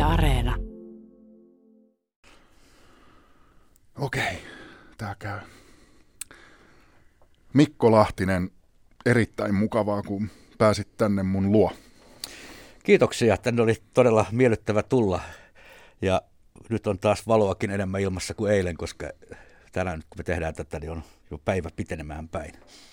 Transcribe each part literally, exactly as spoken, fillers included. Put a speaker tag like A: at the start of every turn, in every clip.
A: Areena.
B: Okei, tää käy. Mikko Lahtinen, erittäin mukavaa, kun pääsit tänne mun luo.
C: Kiitoksia, tänne oli todella miellyttävä tulla. Ja nyt on taas valoakin enemmän ilmassa kuin eilen, koska tänään kun me tehdään tätä, niin on jo päivä pitenemään päin.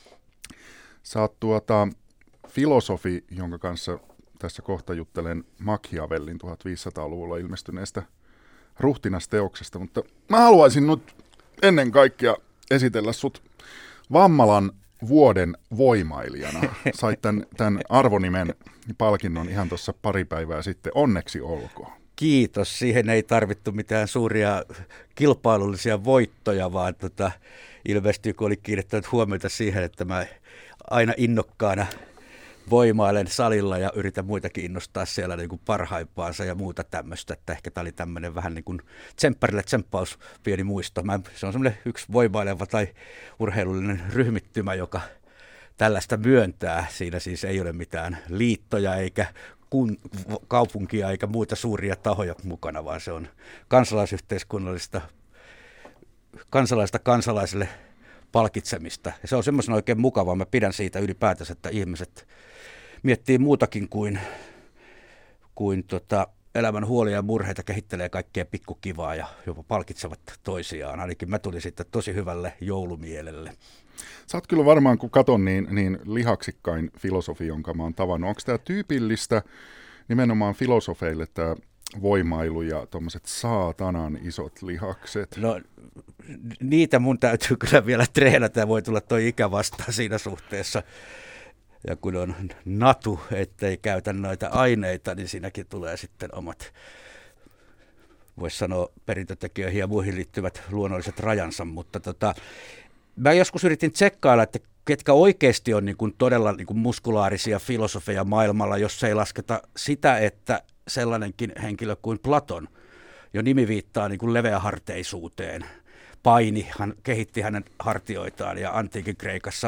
B: Sä oot tuota, filosofi, jonka kanssa tässä kohta juttelen Machiavellin viisitoistasataa-luvulla ilmestyneestä ruhtinasteoksesta, mutta mä haluaisin nyt ennen kaikkea esitellä sut Vammalan vuoden voimailijana. Sait tämän, tämän arvonimen palkinnon ihan tuossa pari päivää sitten. Onneksi olkoon.
C: Kiitos. Siihen ei tarvittu mitään suuria kilpailullisia voittoja, vaan tota, ilmeisesti kun oli kiinnittänyt huomiota siihen, että mä aina innokkaana voimailen salilla ja yritän muitakin innostaa siellä niin kuin parhaimpaansa ja muuta tämmöistä, että ehkä tämä oli tämmöinen vähän niin kuin tsemppärille tsemppaus, pieni muisto. Mä, se on semmoinen yksi voimaileva tai urheilullinen ryhmittymä, joka tällaista myöntää. Siinä siis ei ole mitään liittoja eikä kun, kaupunkia eikä muita suuria tahoja mukana, vaan se on kansalaisyhteiskunnallista, kansalaista kansalaiselle palkitsemista. Ja se on semmoisen oikein mukavaa. Mä pidän siitä ylipäätänsä, että ihmiset miettii muutakin kuin, kuin tota, elämän huolia ja murheita, kehittelee kaikkea pikkukivaa ja jopa palkitsevat toisiaan. Ainakin mä tulin sitten tosi hyvälle joulumielelle.
B: Sä oot kyllä varmaan, kun katon, niin, niin lihaksikkain filosofi, jonka mä oon tavannut. Onko tämä tyypillistä nimenomaan filosofeille tämä voimailu ja tuommoiset saatanan isot lihakset?
C: No niitä mun täytyy kyllä vielä treenata ja voi tulla toi ikä vastaan siinä suhteessa. Ja kun on natu, ettei käytä noita aineita, niin siinäkin tulee sitten omat, voisi sanoa, perintötekijöihin ja muihin liittyvät luonnolliset rajansa. Mutta tota, mä joskus yritin tsekkailla, että ketkä oikeasti on niin kuin todella niin kuin muskulaarisia filosofeja maailmalla, jos ei lasketa sitä, että sellainenkin henkilö kuin Platon jo nimi viittaa niin kuin leveäharteisuuteen. Paini, hän kehitti hänen hartioitaan ja antiikin Kreikassa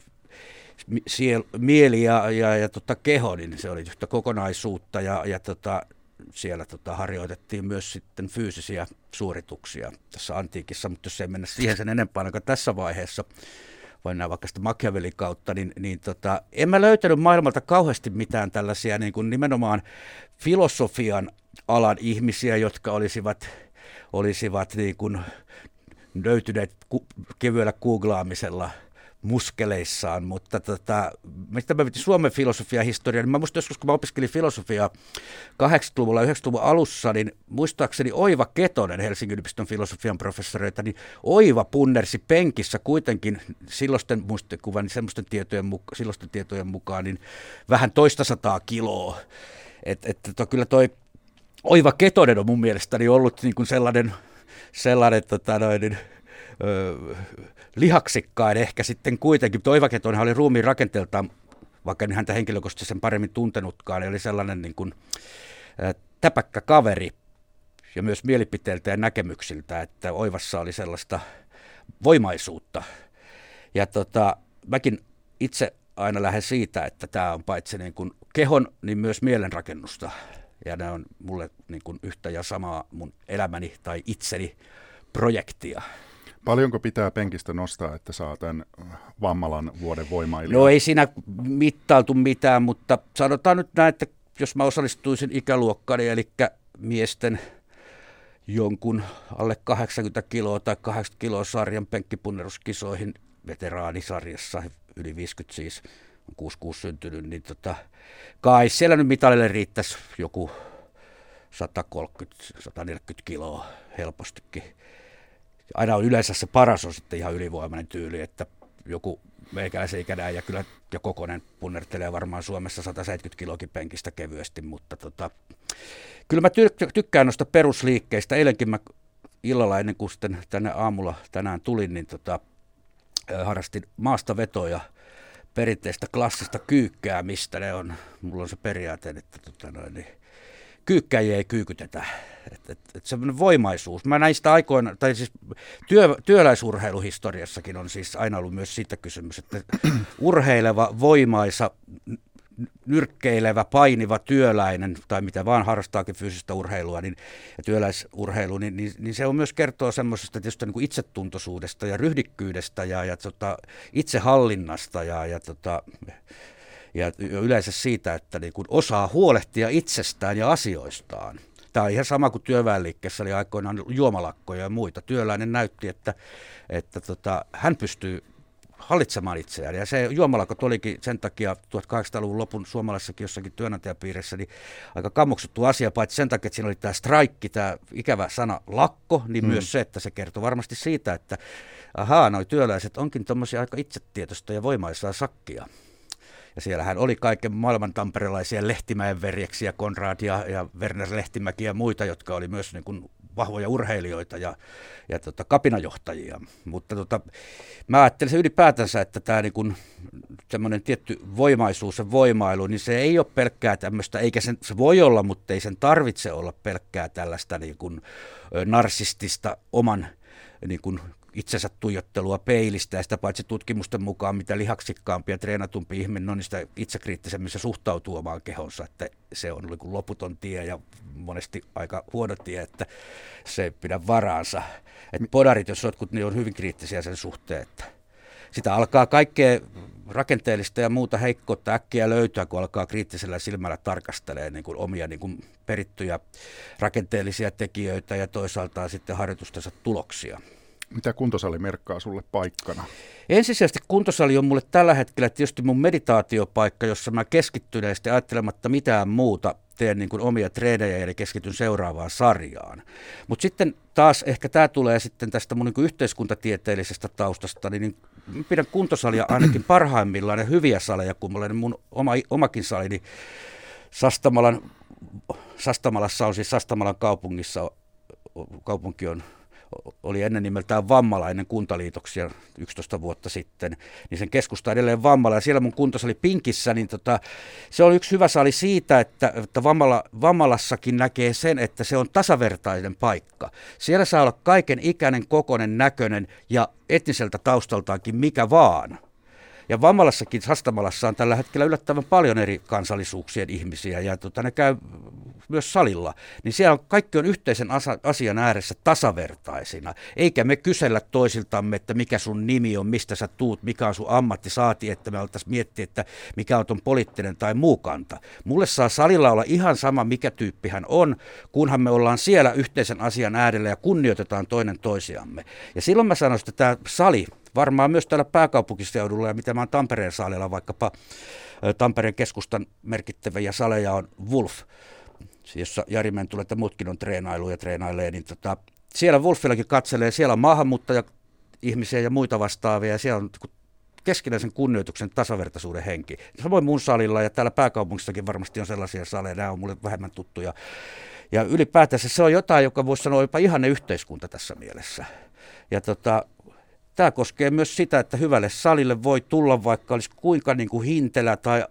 C: siel, mieli ja, ja, ja tota, keho, niin se oli yhtä kokonaisuutta ja, ja tota, siellä tota, harjoitettiin myös sitten fyysisiä suorituksia tässä antiikissa, mutta jos ei mennä siihen sen enempää ainakaan tässä vaiheessa, vai nämä vaikka sitä Machiavellin kautta, niin, niin tota, en mä löytänyt maailmalta kauheasti mitään tällaisia niin kuin nimenomaan filosofian alan ihmisiä, jotka olisivat, olisivat niin kuin löytyneet ku, kevyellä googlaamisella muskeleissaan, mutta tota, mistä mä vitin Suomen filosofian historiaa, niin mä muistan joskus, kun mä opiskelin filosofiaa kahdeksankymmentäluvulla ja yhdeksänkymmentäluvun alussa, niin muistaakseni Oiva Ketonen, Helsingin yliopiston filosofian professoreita, niin Oiva punnersi penkissä kuitenkin silloisten muistikuvan, niin semmoisten tietojen, muka, silloisten tietojen mukaan, niin vähän toista sataa kiloa. Että et, to, kyllä toi Oiva Ketonen on mun mielestäni ollut niin kuin sellainen, sellainen tota noin, niin, öö, lihaksikkain ehkä sitten kuitenkin. Oiva Ketonenhan oli ruumiin rakenteeltaan, vaikka en häntä henkilökohtaisesti sen paremmin tuntenutkaan, niin oli sellainen niin kuin, ä, täpäkkä kaveri ja myös mielipiteiltä ja näkemyksiltä, että Oivassa oli sellaista voimaisuutta. Ja tota, mäkin itse aina lähden siitä, että tämä on paitsi niin kuin kehon, niin myös mielenrakennusta. Ja ne on mulle niin kuin yhtä ja samaa mun elämäni tai itseni projektia.
B: Paljonko pitää penkistä nostaa, että saa tämän Vammalan vuoden voimailijan?
C: No ei siinä mittailtu mitään, mutta sanotaan nyt näin, että jos mä osallistuisin ikäluokkani, eli miesten jonkun alle kahdeksankymmentä kiloa tai kahdeksankymmentä kiloa sarjan penkkipunneruskisoihin veteraanisarjassa, yli viisikymmentä siis, on kuusikymmentäkuusi syntynyt, niin tota, kai siellä nyt mitalille riittäisi joku sata kolmekymmentä sata neljäkymmentä kiloa helpostikin. Aina on yleensä se paras on sitten ihan ylivoimainen tyyli, että joku meikäläisen ikäinen ja kyllä ja kokoinen punnertelee varmaan Suomessa sata seitsemänkymmentä kiloakin penkistä kevyesti, mutta tota, kyllä mä tykkään noista perusliikkeistä. Eilenkin mä illalla ennen kuin sitten tänne aamulla tänään tulin, niin tota, harrastin maastavetoja, perinteistä klassista kyykkäämistä. Ne on, mulla on se periaate, että tota noin, niin kyykkäjiä ei kyykytetä. Et, et, et semmoinen voimaisuus. Mä näistä aikoina, tai siis työ, työläisurheiluhistoriassakin on siis aina ollut myös siitä kysymys, että urheileva, voimaisa, nyrkkeilevä, painiva työläinen tai mitä vaan harrastaakin fyysistä urheilua niin, ja työläisurheilu, niin, niin, niin se on myös kertoo semmoisesta tietysti niin kuin itsetuntoisuudesta ja ryhdikkyydestä ja, ja tota, itsehallinnasta ja, ja, tota, ja yleensä siitä, että niin kuin osaa huolehtia itsestään ja asioistaan. Tämä on ihan sama kuin työväenliikkeessä oli aikoinaan juomalakkoja ja muita. Työläinen näytti, että, että tota, hän pystyy hallitsemaan itseään. Ja se juomalakot olikin sen takia tuhatkahdeksansataaluvun lopun suomalaisessakin jossakin työnantajapiirissä niin aika kammoksuttu asia, paitsi sen takia, että siinä oli tämä straikki, tämä ikävä sana lakko, niin mm. myös se, että se kertoo varmasti siitä, että ahaa, noi työläiset onkin tuommoisia aika itsetietoista ja voimaisaa sakkia. Ja siellähän oli kaiken maailman tamperelaisia Lehtimäen verjeksiä, Konrad ja, ja Werner Lehtimäki ja muita, jotka oli myös niin kuin vahvoja urheilijoita ja, ja tota, kapinajohtajia. Mutta tota, mä ajattelisin ylipäätänsä, että tämä niin kuin semmoinen tietty voimaisuus ja voimailu, niin se ei ole pelkkää tämmöistä, eikä sen, se voi olla, mutta ei sen tarvitse olla pelkkää tällaista niin kuin narsistista oman niin kuin itsensä tuijottelua peilistä, ja sitä paitsi tutkimusten mukaan, mitä lihaksikkaampi ja treenatumpi ihminen on, niin sitä itsekriittisemmin se suhtautuu omaan kehonsa, että se on niin kuin loputon tie ja monesti aika huono tie, että se ei pidä varaansa. Että podarit, jos jotkut, niin on hyvin kriittisiä sen suhteen, että sitä alkaa kaikkea rakenteellista ja muuta heikkoutta äkkiä löytyä, kun alkaa kriittisellä silmällä tarkastelemaan niin kuin omia niin kuin perittyjä rakenteellisia tekijöitä ja toisaalta sitten harjoitustensa tuloksia.
B: Mitä kuntosali merkkaa sulle paikkana?
C: Ensisijaisesti kuntosali on mulle tällä hetkellä tietysti mun meditaatiopaikka, jossa mä keskittyneesti ajattelematta mitään muuta teen niin kuin omia treenejä eli keskityn seuraavaan sarjaan. Mutta sitten taas ehkä tämä tulee sitten tästä mun niin kuin yhteiskuntatieteellisestä taustasta, niin, niin pidän kuntosalia ainakin parhaimmillaan ja hyviä saleja, kun mulla on mun oma, omakin sali, niin Sastamalan, Sastamalassa on siis Sastamalan kaupungissa, kaupunki on oli ennen nimeltään Vammala ennen kuntaliitoksia yksitoista vuotta sitten, niin sen keskusta edelleen Vammala, ja siellä mun kuntosali Pinkissä, niin tota, se on yksi hyvä sali siitä, että, että Vammala, Vammalassakin näkee sen, että se on tasavertainen paikka. Siellä saa olla kaiken ikäinen, kokoinen, näköinen ja etniseltä taustaltaankin mikä vaan. Ja Vammalassakin, Sastamalassa on tällä hetkellä yllättävän paljon eri kansallisuuksien ihmisiä ja tota, ne käy myös salilla. Niin siellä on, kaikki on yhteisen asian ääressä tasavertaisina. Eikä me kysellä toisiltamme, että mikä sun nimi on, mistä sä tuut, mikä on sun ammatti, saati, että me alettaisiin miettiä, että mikä on ton poliittinen tai muu kanta. Mulle saa salilla olla ihan sama, mikä tyyppi hän on, kunhan me ollaan siellä yhteisen asian äärellä ja kunnioitetaan toinen toisiamme. Ja silloin mä sanoisin, että tämä sali, varmaan myös täällä pääkaupunkiseudulla ja mitä mä oon Tampereen salilla, vaikkapa Tampereen keskustan merkittäviä saleja on Wolf, jossa Jari Mentulet ja muutkin on treenailu ja treenailee, niin tota, siellä Wolfillakin katselee, siellä on maahanmuuttaja-ihmisiä ja muita vastaavia ja siellä on keskinäisen kunnioituksen tasavertaisuuden henki. Samoin mun salilla ja täällä pääkaupungissakin varmasti on sellaisia saleja, nämä on mulle vähemmän tuttuja. Ja ylipäätänsä se on jotain, joka voisi sanoa jopa ihanne yhteiskunta tässä mielessä. Ja tota, tämä koskee myös sitä, että hyvälle salille voi tulla, vaikka olisi kuinka niin kuin hintelä tai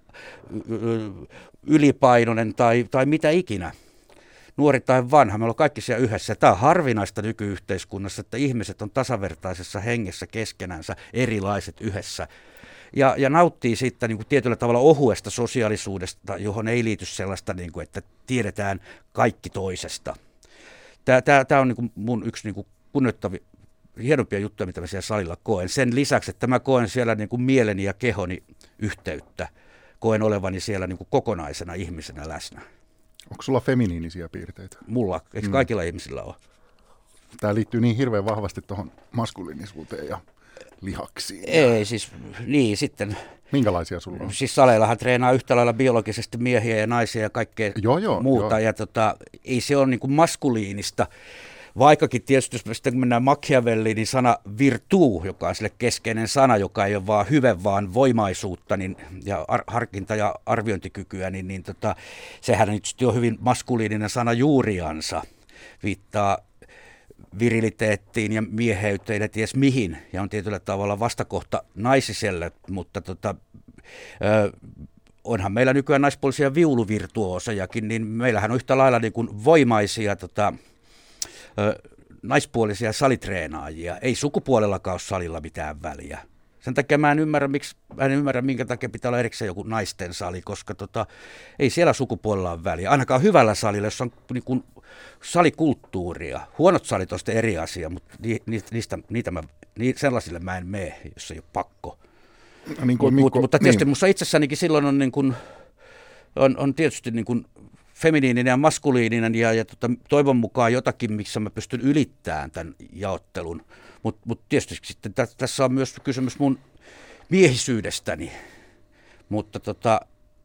C: ylipainoinen tai, tai mitä ikinä, nuori tai vanha. Me ollaan kaikki siellä yhdessä. Tämä on harvinaista nykyyhteiskunnassa, että ihmiset on tasavertaisessa hengessä keskenänsä, erilaiset yhdessä. Ja, ja nauttii siitä niin kuin tietyllä tavalla ohuesta sosiaalisuudesta, johon ei liity sellaista, niin kuin, että tiedetään kaikki toisesta. Tämä, tämä, tämä on niin kuin mun yksi niin kuin kunnioittavia, hienompia juttuja, mitä mä siellä salilla koen. Sen lisäksi, että mä koen siellä niin kuin mieleni ja kehoni yhteyttä, koen olevani siellä niin kuin kokonaisena ihmisenä läsnä.
B: Onko sulla feminiinisiä piirteitä?
C: Mulla, eikö mm. kaikilla ihmisillä ole?
B: Tämä liittyy niin hirveän vahvasti tuohon maskuliinisuuteen ja lihaksiin.
C: Ei, siis niin sitten.
B: Minkälaisia sulla on?
C: Siis saleillahan treenaa yhtä lailla biologisesti miehiä ja naisia ja kaikkea
B: joo, joo,
C: muuta.
B: Joo.
C: Ja tota, ei se ole niin kuin maskuliinista. Vaikkakin tietysti, jos sitten kun mennään Machiavelliin, niin sana virtuu, joka on sille keskeinen sana, joka ei ole vaan hyve, vaan voimaisuutta niin, ja ar- harkinta- ja arviointikykyä, niin, niin tota, sehän nyt on hyvin maskuliininen sana juuriansa, viittaa viriliteettiin ja mieheyteen ja ties mihin, ja on tietyllä tavalla vastakohta naisiselle, mutta tota, ö, onhan meillä nykyään naispuolisia viuluvirtuosejakin, niin meillähän on yhtä lailla niin kuin voimaisia tota, Ö, naispuolisia salitreenaajia. Ei sukupuolellakaan ole salilla mitään väliä. Sen takia mä en ymmärrä, miksi, mä en ymmärrä minkä takia pitää olla erikseen joku naisten sali, koska tota, ei siellä sukupuolella ole väliä. Ainakaan hyvällä salilla, jossa on niin kuin salikulttuuria. Huonot salit on sitten eri asia, mutta ni, ni, niistä, niitä mä, ni, sellaisille mä en mene, jos ei ole pakko.
B: Niin kuin
C: Mut,
B: Mikko,
C: mutta tietysti
B: niin.
C: musta itsessänikin silloin on, niin kuin, on, on tietysti niin kuin feminiininen ja maskuliininen ja, ja tota, toivon mukaan jotakin, missä mä pystyn ylittämään tämän jaottelun. Mutta mut tietysti sitten tä, tässä on myös kysymys mun miehisyydestäni, mutta tota,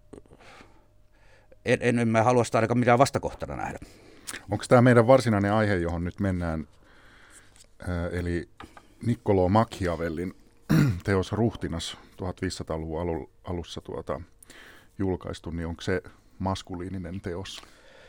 C: en, en, en mä halua sitä ainakaan mitään vastakohtana nähdä.
B: Onko tämä meidän varsinainen aihe, johon nyt mennään, ää, eli Niccolò Machiavellin teos Ruhtinas tuhatviisisataaluvun alussa tuota, julkaistu, niin onko se maskuliininen teos?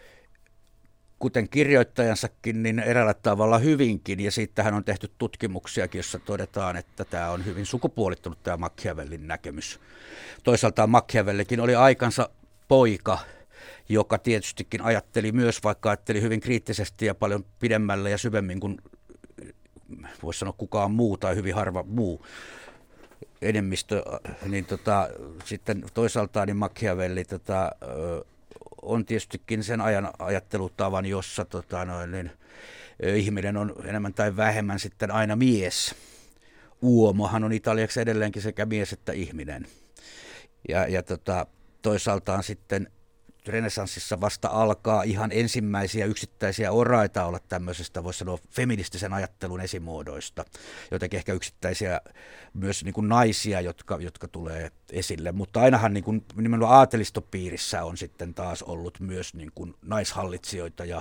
C: Kuten kirjoittajansakin, niin eräällä tavalla hyvinkin, ja siitähän on tehty tutkimuksiakin, jossa todetaan, että tämä on hyvin sukupuolittunut tämä Machiavellin näkemys. Toisaalta Machiavellikin oli aikansa poika, joka tietystikin ajatteli myös, vaikka ajatteli hyvin kriittisesti ja paljon pidemmälle ja syvemmin kuin voisi sanoa kukaan muu tai hyvin harva muu enemmistö, niin tota, sitten toisaalta niin Machiavelli tota, on tietystikin sen ajan ajattelutavan, jossa tota, noin, niin, ihminen on enemmän tai vähemmän sitten aina mies. Uomohan on italiaksi edelleenkin sekä mies että ihminen. Ja, ja tota, toisaaltaan sitten renessanssissa vasta alkaa ihan ensimmäisiä yksittäisiä oraita olla tämmöisestä, voisi sanoa, feministisen ajattelun esimuodoista. Jotenkin ehkä yksittäisiä myös niin kuin naisia, jotka, jotka tulee esille. Mutta ainahan niin kuin, nimenomaan aatelistopiirissä on sitten taas ollut myös niin kuin naishallitsijoita ja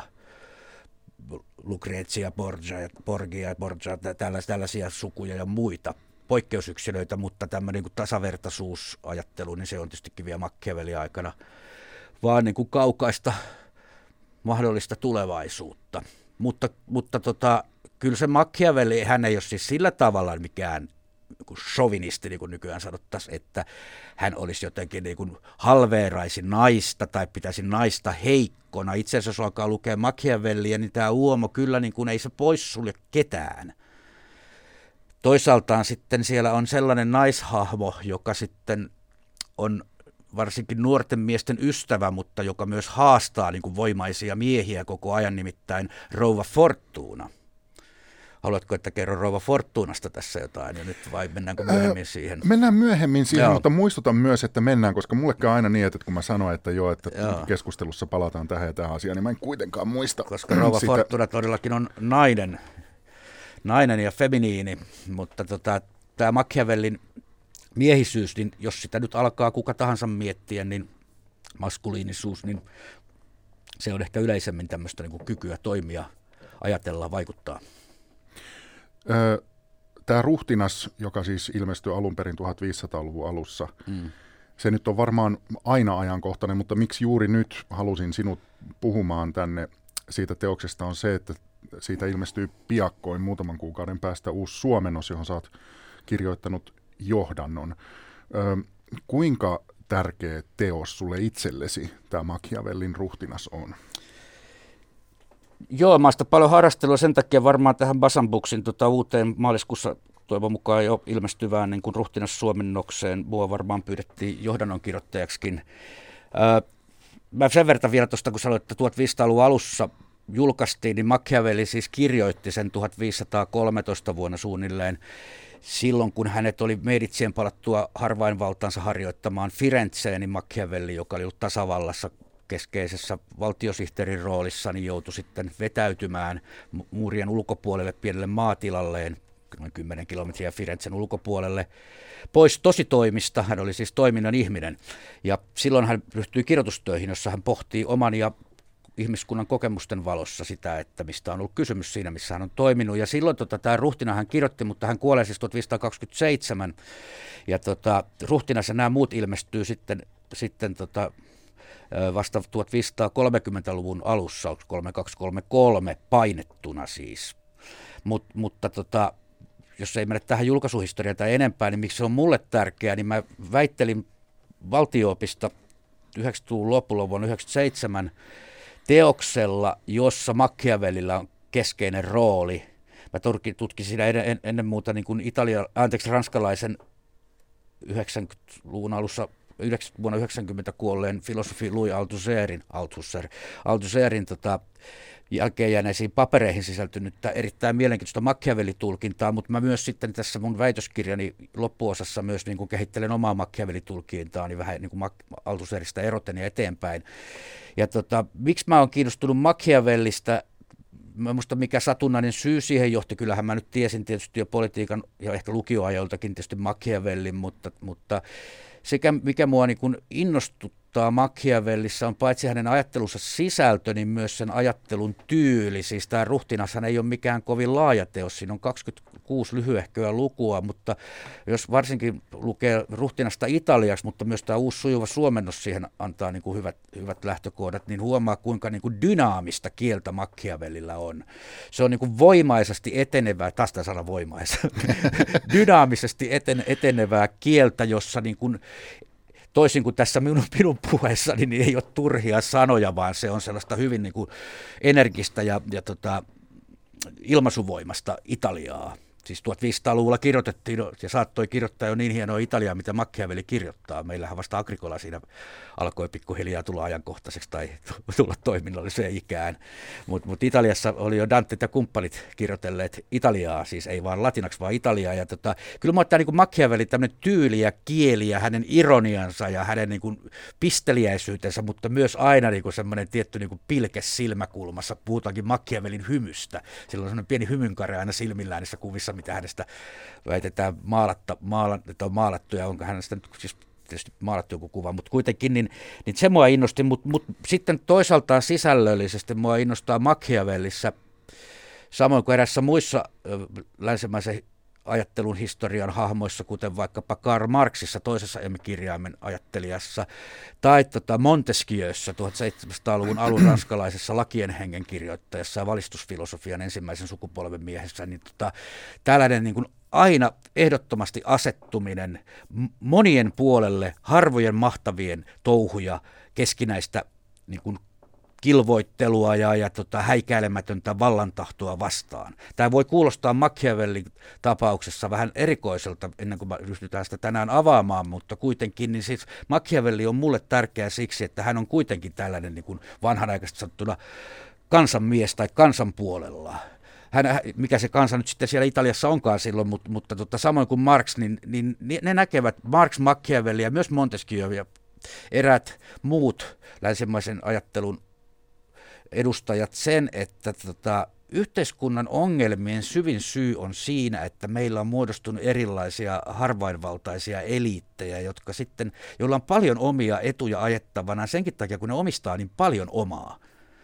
C: Lucrezia, Borgia, Borgia, Borgia tällaisia, tällaisia sukuja ja muita poikkeusyksilöitä, mutta tämmöinen niin tasavertaisuusajattelu, niin se on tietystikin vielä Machiavellin aikana vaan niin kuin kaukaista mahdollista tulevaisuutta. Mutta, mutta tota, kyllä se Machiavelli, hän ei ole siis sillä tavalla mikään chauvinisti, niin kuin nykyään sanottaisiin, että hän olisi jotenkin niin kuin halveeraisi naista tai pitäisi naista heikkona. Itse asiassa jos alkaa lukea Machiavellia, niin tämä uomo kyllä niin kuin ei se poissulje ketään. Toisaaltaan sitten siellä on sellainen naishahmo, joka sitten on varsinkin nuorten miesten ystävä, mutta joka myös haastaa niin kuin voimaisia miehiä koko ajan, nimittäin rouva Fortuna. Haluatko, että kerro rouva Fortunasta tässä jotain, ja nyt vai mennäänkö myöhemmin siihen?
B: Mennään myöhemmin siihen,
C: Joo.
B: Mutta muistutan myös, että mennään, koska mullekaan aina niin, että kun mä sanoin, että joo, että
C: Joo.
B: keskustelussa palataan tähän ja tähän asiaan, niin mä en kuitenkaan muista.
C: Koska rouva
B: sitä.
C: Fortuna todellakin on nainen, nainen ja feminiini, mutta tota, tämä Machiavellin miehisyys, niin jos sitä nyt alkaa kuka tahansa miettiä, niin maskuliinisuus, niin se on ehkä yleisemmin tämmöistä niin kuin kykyä toimia, ajatella, vaikuttaa.
B: Öö, Tämä Ruhtinas, joka siis ilmestyi alun perin tuhatviisisataaluvun alussa, mm. se nyt on varmaan aina ajankohtainen, mutta miksi juuri nyt halusin sinut puhumaan tänne siitä teoksesta on se, että siitä ilmestyy piakkoin muutaman kuukauden päästä uusi suomennos, johon sä oot kirjoittanut johdannon. Öö, kuinka tärkeä teos sulle itsellesi tämä Machiavellin Ruhtinas on?
C: Joo, mä oon sitä paljon harrastelua sen takia varmaan tähän Basan Booksin tota, uuteen maaliskuussa toivon mukaan jo ilmestyvään niin kuin Ruhtinas suomennokseen. Mua varmaan pyydettiin johdannon kirjoittajaksikin. Öö, mä sen verran vielä tuosta, kun sanoit, että tuhatviisisataaluvun alussa julkaistiin, niin Machiavelli siis kirjoitti sen tuhatviisisataakolmetoista vuonna suunnilleen, silloin kun hänet oli Medicien palattua harvainvaltaansa harjoittamaan Firenzeen, niin Machiavelli, joka oli ollut tasavallassa keskeisessä valtiosihteerin roolissa, niin joutui sitten vetäytymään muurien ulkopuolelle pienelle maatilalleen, noin kymmenen kilometriä Firenzen ulkopuolelle, pois tositoimista. Hän oli siis toiminnan ihminen. Ja silloin hän ryhtyi kirjoitustöihin, jossa hän pohtii oman ja ihmiskunnan kokemusten valossa sitä, että mistä on ollut kysymys siinä, missä hän on toiminut. Ja silloin tota, tämä Ruhtina hän kirjoitti, mutta hän kuolee siis tuhatviisisataakaksikymmentäseitsemän. Ja tota, Ruhtinas ja nämä muut ilmestyy sitten, sitten tota, vasta tuhatviisisataakolmekymmentäluvun alussa, kolmekymmentäkaksi kolmekymmentäkolme, painettuna siis. Mut, mutta tota, jos ei mene tähän julkaisuhistoriaan tai enempää, niin miksi se on mulle tärkeää, niin mä väittelin Valtio-opista yhdeksänkymmentäluvun lopulla vuonna yhdeksänkymmentäseitsemän teoksella, jossa Machiavellilla on keskeinen rooli. Mä tutkin siinä ennen, ennen muuta niin kuin Italia, anteeksi, ranskalaisen yhdeksänkymmentäluvun alussa vuonna yhdeksänkymmentä kuolleen filosofi Louis Althusserin, Althusser, Althusserin tota, jälkeenjääneisiin papereihin sisältynyttä erittäin mielenkiintoista Machiavelli-tulkintaa, mutta mä myös sitten tässä mun väitöskirjani loppuosassa myös niin kuin kehittelen omaa Machiavelli-tulkintaa, niin vähän niin kuin Althusserista eroten ja eteenpäin. Ja tota, miksi mä oon kiinnostunut Machiavellista? Mä muista mikä satunnainen syy siihen johti, kyllähän mä nyt tiesin tietysti jo politiikan ja ehkä lukioajoiltakin tietysti Machiavellin, mutta, mutta sekä mikä mua niin kuin innostuttaa Machiavellissa on paitsi hänen ajattelunsa sisältö, niin myös sen ajattelun tyyli. Siis tämä Ruhtinashan ei ole mikään kovin laaja teos, siinä on kaksikymmentäkuusi lyhyehköä lukua, mutta jos varsinkin lukee Ruhtinasta italiaksi, mutta myös tämä uusi sujuva suomennos siihen antaa niin kuin hyvät, hyvät lähtökohdat, niin huomaa kuinka niin kuin dynaamista kieltä Machiavellilla on. Se on niin kuin voimaisesti etenevää, taas tämä sana voimaisa, dynaamisesti eten, etenevää kieltä, jossa niin kuin toisin kuin tässä minun, minun puheessani, niin ei ole turhia sanoja, vaan se on sellaista hyvin niin kuin energistä ja, ja tota, ilmaisuvoimasta Italiaa. Siis tuhatviisisataaluvulla kirjoitettiin ja saattoi kirjoittaa jo niin hienoa Italiaa, mitä Machiavelli kirjoittaa. Meillähän vasta Agricola siinä alkoi pikkuhiljaa tulla ajankohtaiseksi tai tulla toiminnalliseen ikään. Mutta mut Italiassa oli jo Dante ja kumppanit kirjoitelleet Italiaa, siis ei vaan latinaksi, vaan Italiaa. Ja tota, kyllä mä oon niin Machiavelli tämmöinen tyyli ja kieli ja hänen ironiansa ja hänen niin kuin pisteliäisyytensä, mutta myös aina niin kuin semmoinen tietty niin kuin pilke silmäkulmassa. Puhutaankin Machiavellin hymystä. Sillä on semmoinen pieni hymynkare aina silmillään niissä kuvissa, mitä hänestä väitetään maalatta, maala, että on maalattu ja onko hänestä nyt siis tietysti maalattu joku kuva, mutta kuitenkin niin, niin se mua innosti, mutta mut sitten toisaaltaan sisällöllisesti mua innostaa Machiavellissa, samoin kuin erässä muissa länsimaisen ajattelun historian hahmoissa, kuten vaikkapa Karl Marxissa, toisessa M-kirjaimen ajattelijassa, tai tota Montesquieussa, tuhatseitsemänsataaluvun alun ranskalaisessa lakien hengen kirjoittajassa ja valistusfilosofian ensimmäisen sukupolven miehessä, niin tota, tällainen niin kuin aina ehdottomasti asettuminen monien puolelle, harvojen mahtavien touhuja, keskinäistä niin kuin kilvoittelua ja, ja tota, häikäilemätöntä vallantahtoa vastaan. Tämä voi kuulostaa Machiavellin tapauksessa vähän erikoiselta ennen kuin ryhdytään sitä tänään avaamaan, mutta kuitenkin niin siis Machiavelli on mulle tärkeä siksi, että hän on kuitenkin tällainen niin kuin vanhanaikaisesti sanottuna kansanmies tai kansan puolella. Hän, mikä se kansa nyt sitten siellä Italiassa onkaan silloin, mutta, mutta tota, samoin kuin Marx, niin, niin ne näkevät Marx, Machiavelli ja myös Montesquieu ja eräät muut länsimaisen ajattelun edustajat sen, että tota, yhteiskunnan ongelmien syvin syy on siinä, että meillä on muodostunut erilaisia harvainvaltaisia eliittejä, jotka sitten, joilla on paljon omia etuja ajettavana senkin takia, kun ne omistaa niin paljon omaa.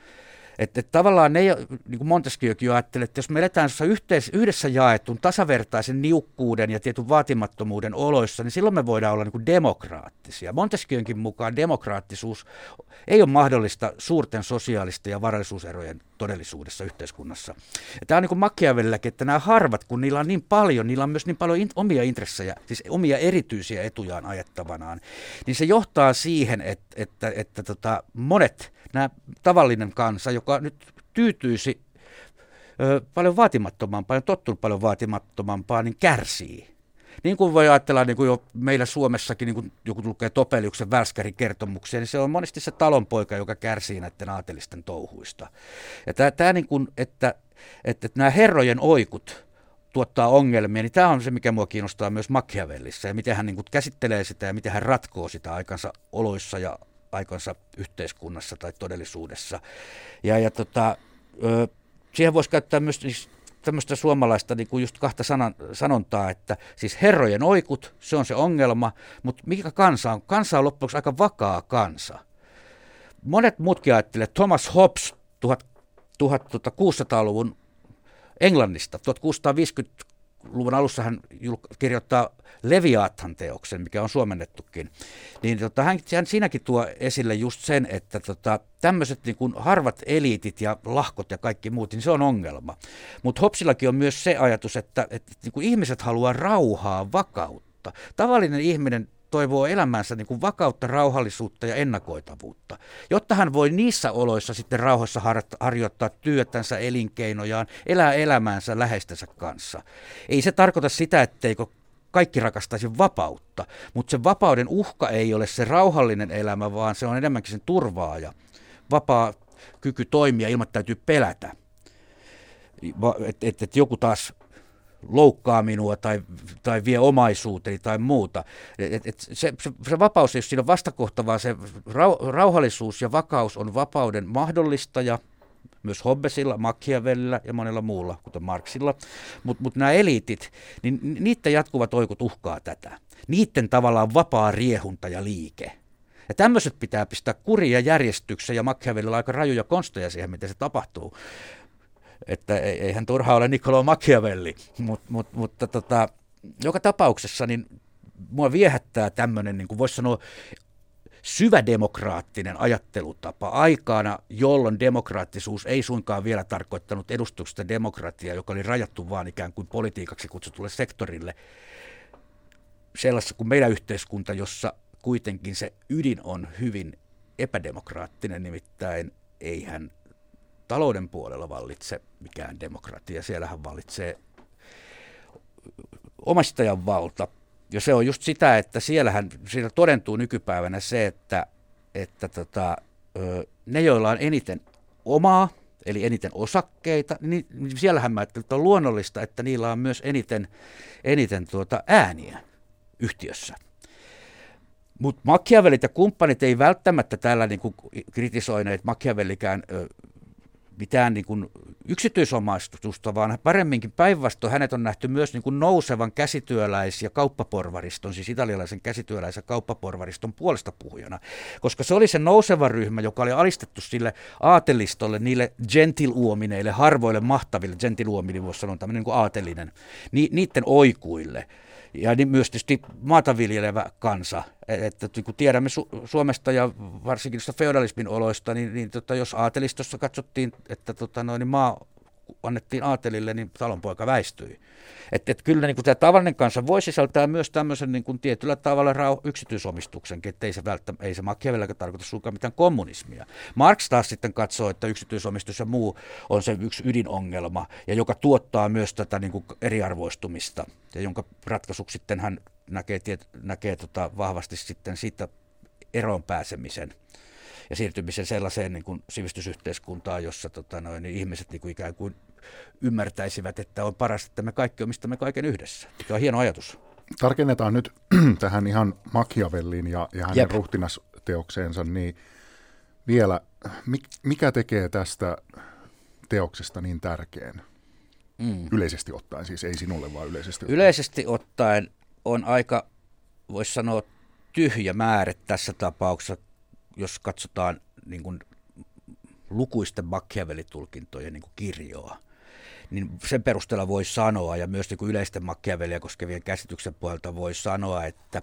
C: Että et tavallaan ne, niin kuin Montesquieukin jo ajatteli, että jos me eletään yhteis, yhdessä jaetun tasavertaisen niukkuuden ja tietyn vaatimattomuuden oloissa, niin silloin me voidaan olla niin kuin demokraattisia. Montesquieukin mukaan demokraattisuus ei ole mahdollista suurten sosiaalisten ja varallisuuserojen todellisuudessa yhteiskunnassa. Ja tämä on niin kuin Machiavellilläkin, että nämä harvat, kun niillä on niin paljon, niillä on myös niin paljon in, omia intressejä, siis omia erityisiä etujaan ajettavanaan, niin se johtaa siihen, että, että, että, että tota, monet, nämä tavallinen kansa, joka nyt tyytyisi ö, paljon vaatimattomampaa ja tottunut paljon vaatimattomampaa, niin kärsii. Niin kuin voi ajatella, niin kuin jo meillä Suomessakin, niin kuin joku lukee Topeliuksen Välskärin kertomuksia, niin se on monesti se talonpoika, joka kärsii näiden aatelisten touhuista. Ja tämä, tämä niin kuin, että, että, että nämä herrojen oikut tuottaa ongelmia, niin tämä on se, mikä mua kiinnostaa myös Machiavellissa, ja miten hän niin kuin käsittelee sitä ja miten hän ratkoo sitä aikansa oloissa ja aikansa yhteiskunnassa tai todellisuudessa. Ja, ja tota, ö, siihen voisi käyttää myös siis tämmöistä suomalaista niin kuin just kahta sanan, sanontaa, että siis herrojen oikut, se on se ongelma, mutta mikä kansa on? Kansa on loppujen lopuksi aika vakaa kansa. Monet muutkin ajattelevat, Thomas Hobbes tuhatkuusisataaluvun Englannista, tuhatkuusisataaviisikymmentäluvun alussa hän kirjoittaa Leviathan-teoksen, mikä on suomennettukin, niin tota, hän, hän siinäkin tuo esille just sen, että tota, tämmöiset niin kuin harvat eliitit ja lahkot ja kaikki muut, niin se on ongelma. Mutta Hobbesillakin on myös se ajatus, että, että niin kuin ihmiset haluaa rauhaa, vakautta. Tavallinen ihminen toivoo elämänsä niin kuin vakautta, rauhallisuutta ja ennakoitavuutta, jotta hän voi niissä oloissa sitten rauhassa harjoittaa työtänsä, elinkeinojaan, elää elämäänsä läheistensä kanssa. Ei se tarkoita sitä, etteikö kaikki rakastaisi vapautta, mutta se vapauden uhka ei ole se rauhallinen elämä, vaan se on enemmänkin sen turvaaja. Vapaa kyky toimia ilman täytyy pelätä, että et, et joku taas loukkaa minua tai, tai vie omaisuuteni tai muuta. Et, et se, se, se vapaus ei ole siinä vastakohta, vaan se rau, rauhallisuus ja vakaus on vapauden mahdollistaja, myös Hobbesilla, Machiavellilla ja monella muulla, kuten Marxilla. Mutta mut nämä eliitit, niin niiden jatkuvat oikut uhkaa tätä. Niiden tavallaan vapaa riehunta ja liike. Ja tämmöiset pitää pistää kuriin ja järjestykseen, ja Machiavellilla aika rajuja konsteja siihen, miten se tapahtuu. Että eihän turha ole Niccolò Machiavelli, Mut, mut, mutta tota, joka tapauksessa niin mua viehättää tämmöinen, niin kuin voisi sanoa, syvädemokraattinen ajattelutapa aikana, jolloin demokraattisuus ei suinkaan vielä tarkoittanut edustuksesta demokratiaa, joka oli rajattu vaan ikään kuin politiikaksi kutsutulle sektorille. Sellaisessa kuin meidän yhteiskunta, jossa kuitenkin se ydin on hyvin epädemokraattinen, nimittäin eihän talouden puolella vallitse mikään demokratia. Siellähän vallitsee omistajan valta. Ja se on just sitä, että siellähän siitä todentuu nykypäivänä se, että, että tota, ne, joilla on eniten omaa, eli eniten osakkeita, niin siellähän mä ajattelin, että on luonnollista, että niillä on myös eniten, eniten tuota ääniä yhtiössä. Mutta Machiavellit ja kumppanit ei välttämättä täällä niin kuin kritisoineet Machiavellikään mitään niin kuin yksityisomaistusta, vaan paremminkin päinvastoin hänet on nähty myös niin kuin nousevan käsityöläis- ja kauppaporvariston, siis italialaisen käsityöläis- ja kauppaporvariston puolesta puhujana, koska se oli se nouseva ryhmä, joka oli alistettu sille aatelistolle, niille gentiluomineille, harvoille mahtaville, gentiluomini voisi sanoa tämmöinen niin kuin aatelinen, ni, niiden oikuille. Ja niin myös tietysti maata viljelevä kansa, että kun tiedämme Su- Suomesta ja varsinkin feodalismin oloista, niin, niin tota, jos aatelistossa katsottiin, että tota, noin, niin maa annettiin aatelille, niin talonpoika väistyi. Että et kyllä niin kuin tämä tavallinen kansa voi sisältää myös tämmöisen niin kuin tietyllä tavalla rau- yksityisomistuksenkin, että ei se, välttä, ei se Machiavellilläkään tarkoita suinkaan mitään kommunismia. Marx taas sitten katsoo, että yksityisomistus ja muu on se yksi ydinongelma, ja joka tuottaa myös tätä niin kuin eriarvoistumista, ja jonka ratkaisuksi sitten hän näkee, tiet, näkee tota vahvasti sitten siitä eroon pääsemisen ja siirtymisen sellaiseen niin kuin sivistysyhteiskuntaan, jossa tota, noin, niin ihmiset niin kuin ikään kuin ymmärtäisivät, että on parasta, että me kaikki omistamme kaiken yhdessä. Se on hieno ajatus.
B: Tarkennetaan nyt tähän ihan Machiavelliin ja, ja hänen Jep. ruhtinasteokseensa, niin vielä, mikä tekee tästä teoksesta niin tärkeän? Mm. Yleisesti ottaen, siis ei sinulle, vaan yleisesti ottaen.
C: Yleisesti ottaen on aika, voisi sanoa, tyhjä määrä tässä tapauksessa, jos katsotaan niin kuin lukuisten Machiavellitulkintojen niin kuin kirjoa, niin sen perusteella voi sanoa, ja myös niin kuin yleisten Machiavellia koskevien käsityksen puolelta voi sanoa, että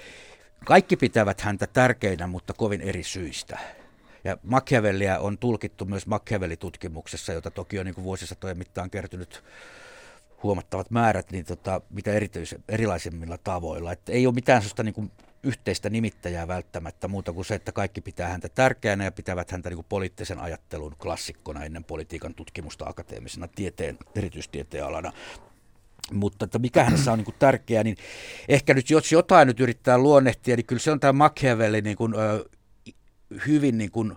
C: kaikki pitävät häntä tärkeinä, mutta kovin eri syistä. Ja Machiavellia on tulkittu myös Machiavellitutkimuksessa, jota toki on niin kuin vuosisatojen mittaan kertynyt huomattavat määrät, niin tota, mitä erityis- erilaisimmilla tavoilla. Että ei ole mitään sellaista niin kuin yhteistä nimittäjää välttämättä muuta kuin se, että kaikki pitää häntä tärkeänä ja pitävät häntä niin kuin poliittisen ajattelun klassikkona ennen politiikan tutkimusta akateemisena tieteen, erityistieteen alana. Mutta että mikä hänessä on niin kuin tärkeää, niin ehkä nyt jos jotain nyt yrittää luonnehtia, niin kyllä se on tämä Machiavelli niin kuin, ö, hyvin niin kuin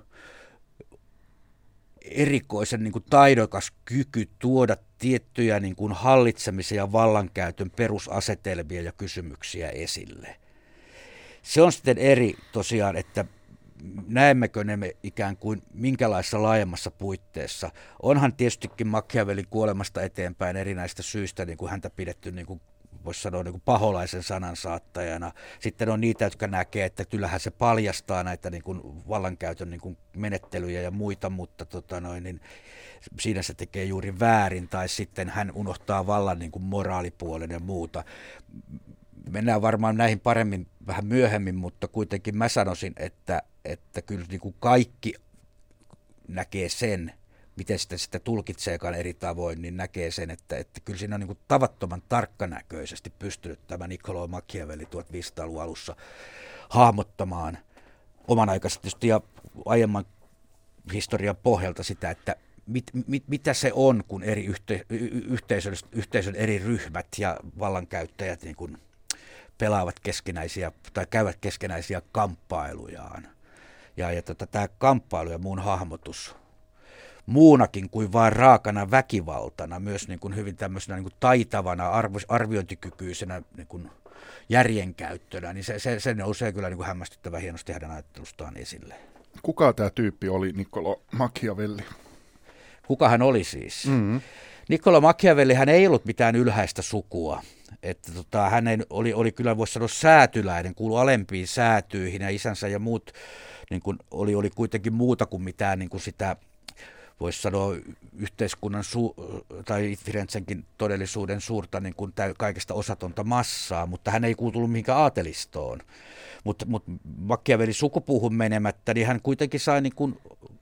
C: erikoisen niin kuin taidokas kyky tuoda tiettyjä niin kuin hallitsemisen ja vallankäytön perusasetelmia ja kysymyksiä esille. Se on sitten eri tosiaan, että näemmekö ne me ikään kuin minkälaisessa laajemmassa puitteissa. Onhan tietystikin Machiavellin kuolemasta eteenpäin erinäistä syistä niin kuin häntä pidetty, niin kuin voisi sanoa, niin kuin paholaisen sanansaattajana. Sitten on niitä, jotka näkee, että kyllähän se paljastaa näitä niin kuin vallankäytön niin kuin menettelyjä ja muita, mutta tota noin, niin siinä se tekee juuri väärin, tai sitten hän unohtaa vallan niin kuin moraalipuolen ja muuta. Mennään varmaan näihin paremmin vähän myöhemmin, mutta kuitenkin mä sanoisin, että, että kyllä niin kuin kaikki näkee sen, miten sitä, sitä tulkitseekaan eri tavoin, niin näkee sen, että, että kyllä siinä on niin kuin tavattoman tarkkanäköisesti pystynyt tämä Niccolò Machiavelli tuhatviisisataaluvun alussa hahmottamaan oman aikaisesti ja aiemman historian pohjalta sitä, että mit, mit, mitä se on, kun eri yhte, yhteisön, yhteisön eri ryhmät ja vallankäyttäjät niin kuin pelaavat keskinäisiä tai käyvät keskinäisiä kamppailujaan. Ja, ja tota, tämä kamppailu ja muun hahmotus muunakin kuin vain raakana väkivaltana, myös niin kuin hyvin tämmöisenä niin kuin taitavana, arvo, arviointikykyisenä niin kuin järjenkäyttönä, niin se, se, se nousee kyllä niin kuin hämmästyttävän hienosti hänen ajattelustaan esille.
B: Kuka tämä tyyppi oli, Niccolò Machiavelli?
C: Kuka hän oli siis?
B: Mm-hmm.
C: Niccolò Machiavelli, hän ei ollut mitään ylhäistä sukua. Että tota, hän oli, oli kyllä, voisi sanoa, säätyläinen, kuului alempiin säätyihin, ja isänsä ja muut niin kuin, oli, oli kuitenkin muuta kuin mitään niin kuin sitä, voisi sanoa, yhteiskunnan su- tai Firenzenkin todellisuuden suurta niin kuin kaikesta osatonta massaa, mutta hän ei kuulunut mihinkään aatelistoon. Mutta mut Machiavelli sukupuuhun menemättä, niin hän kuitenkin sai, niin kuin,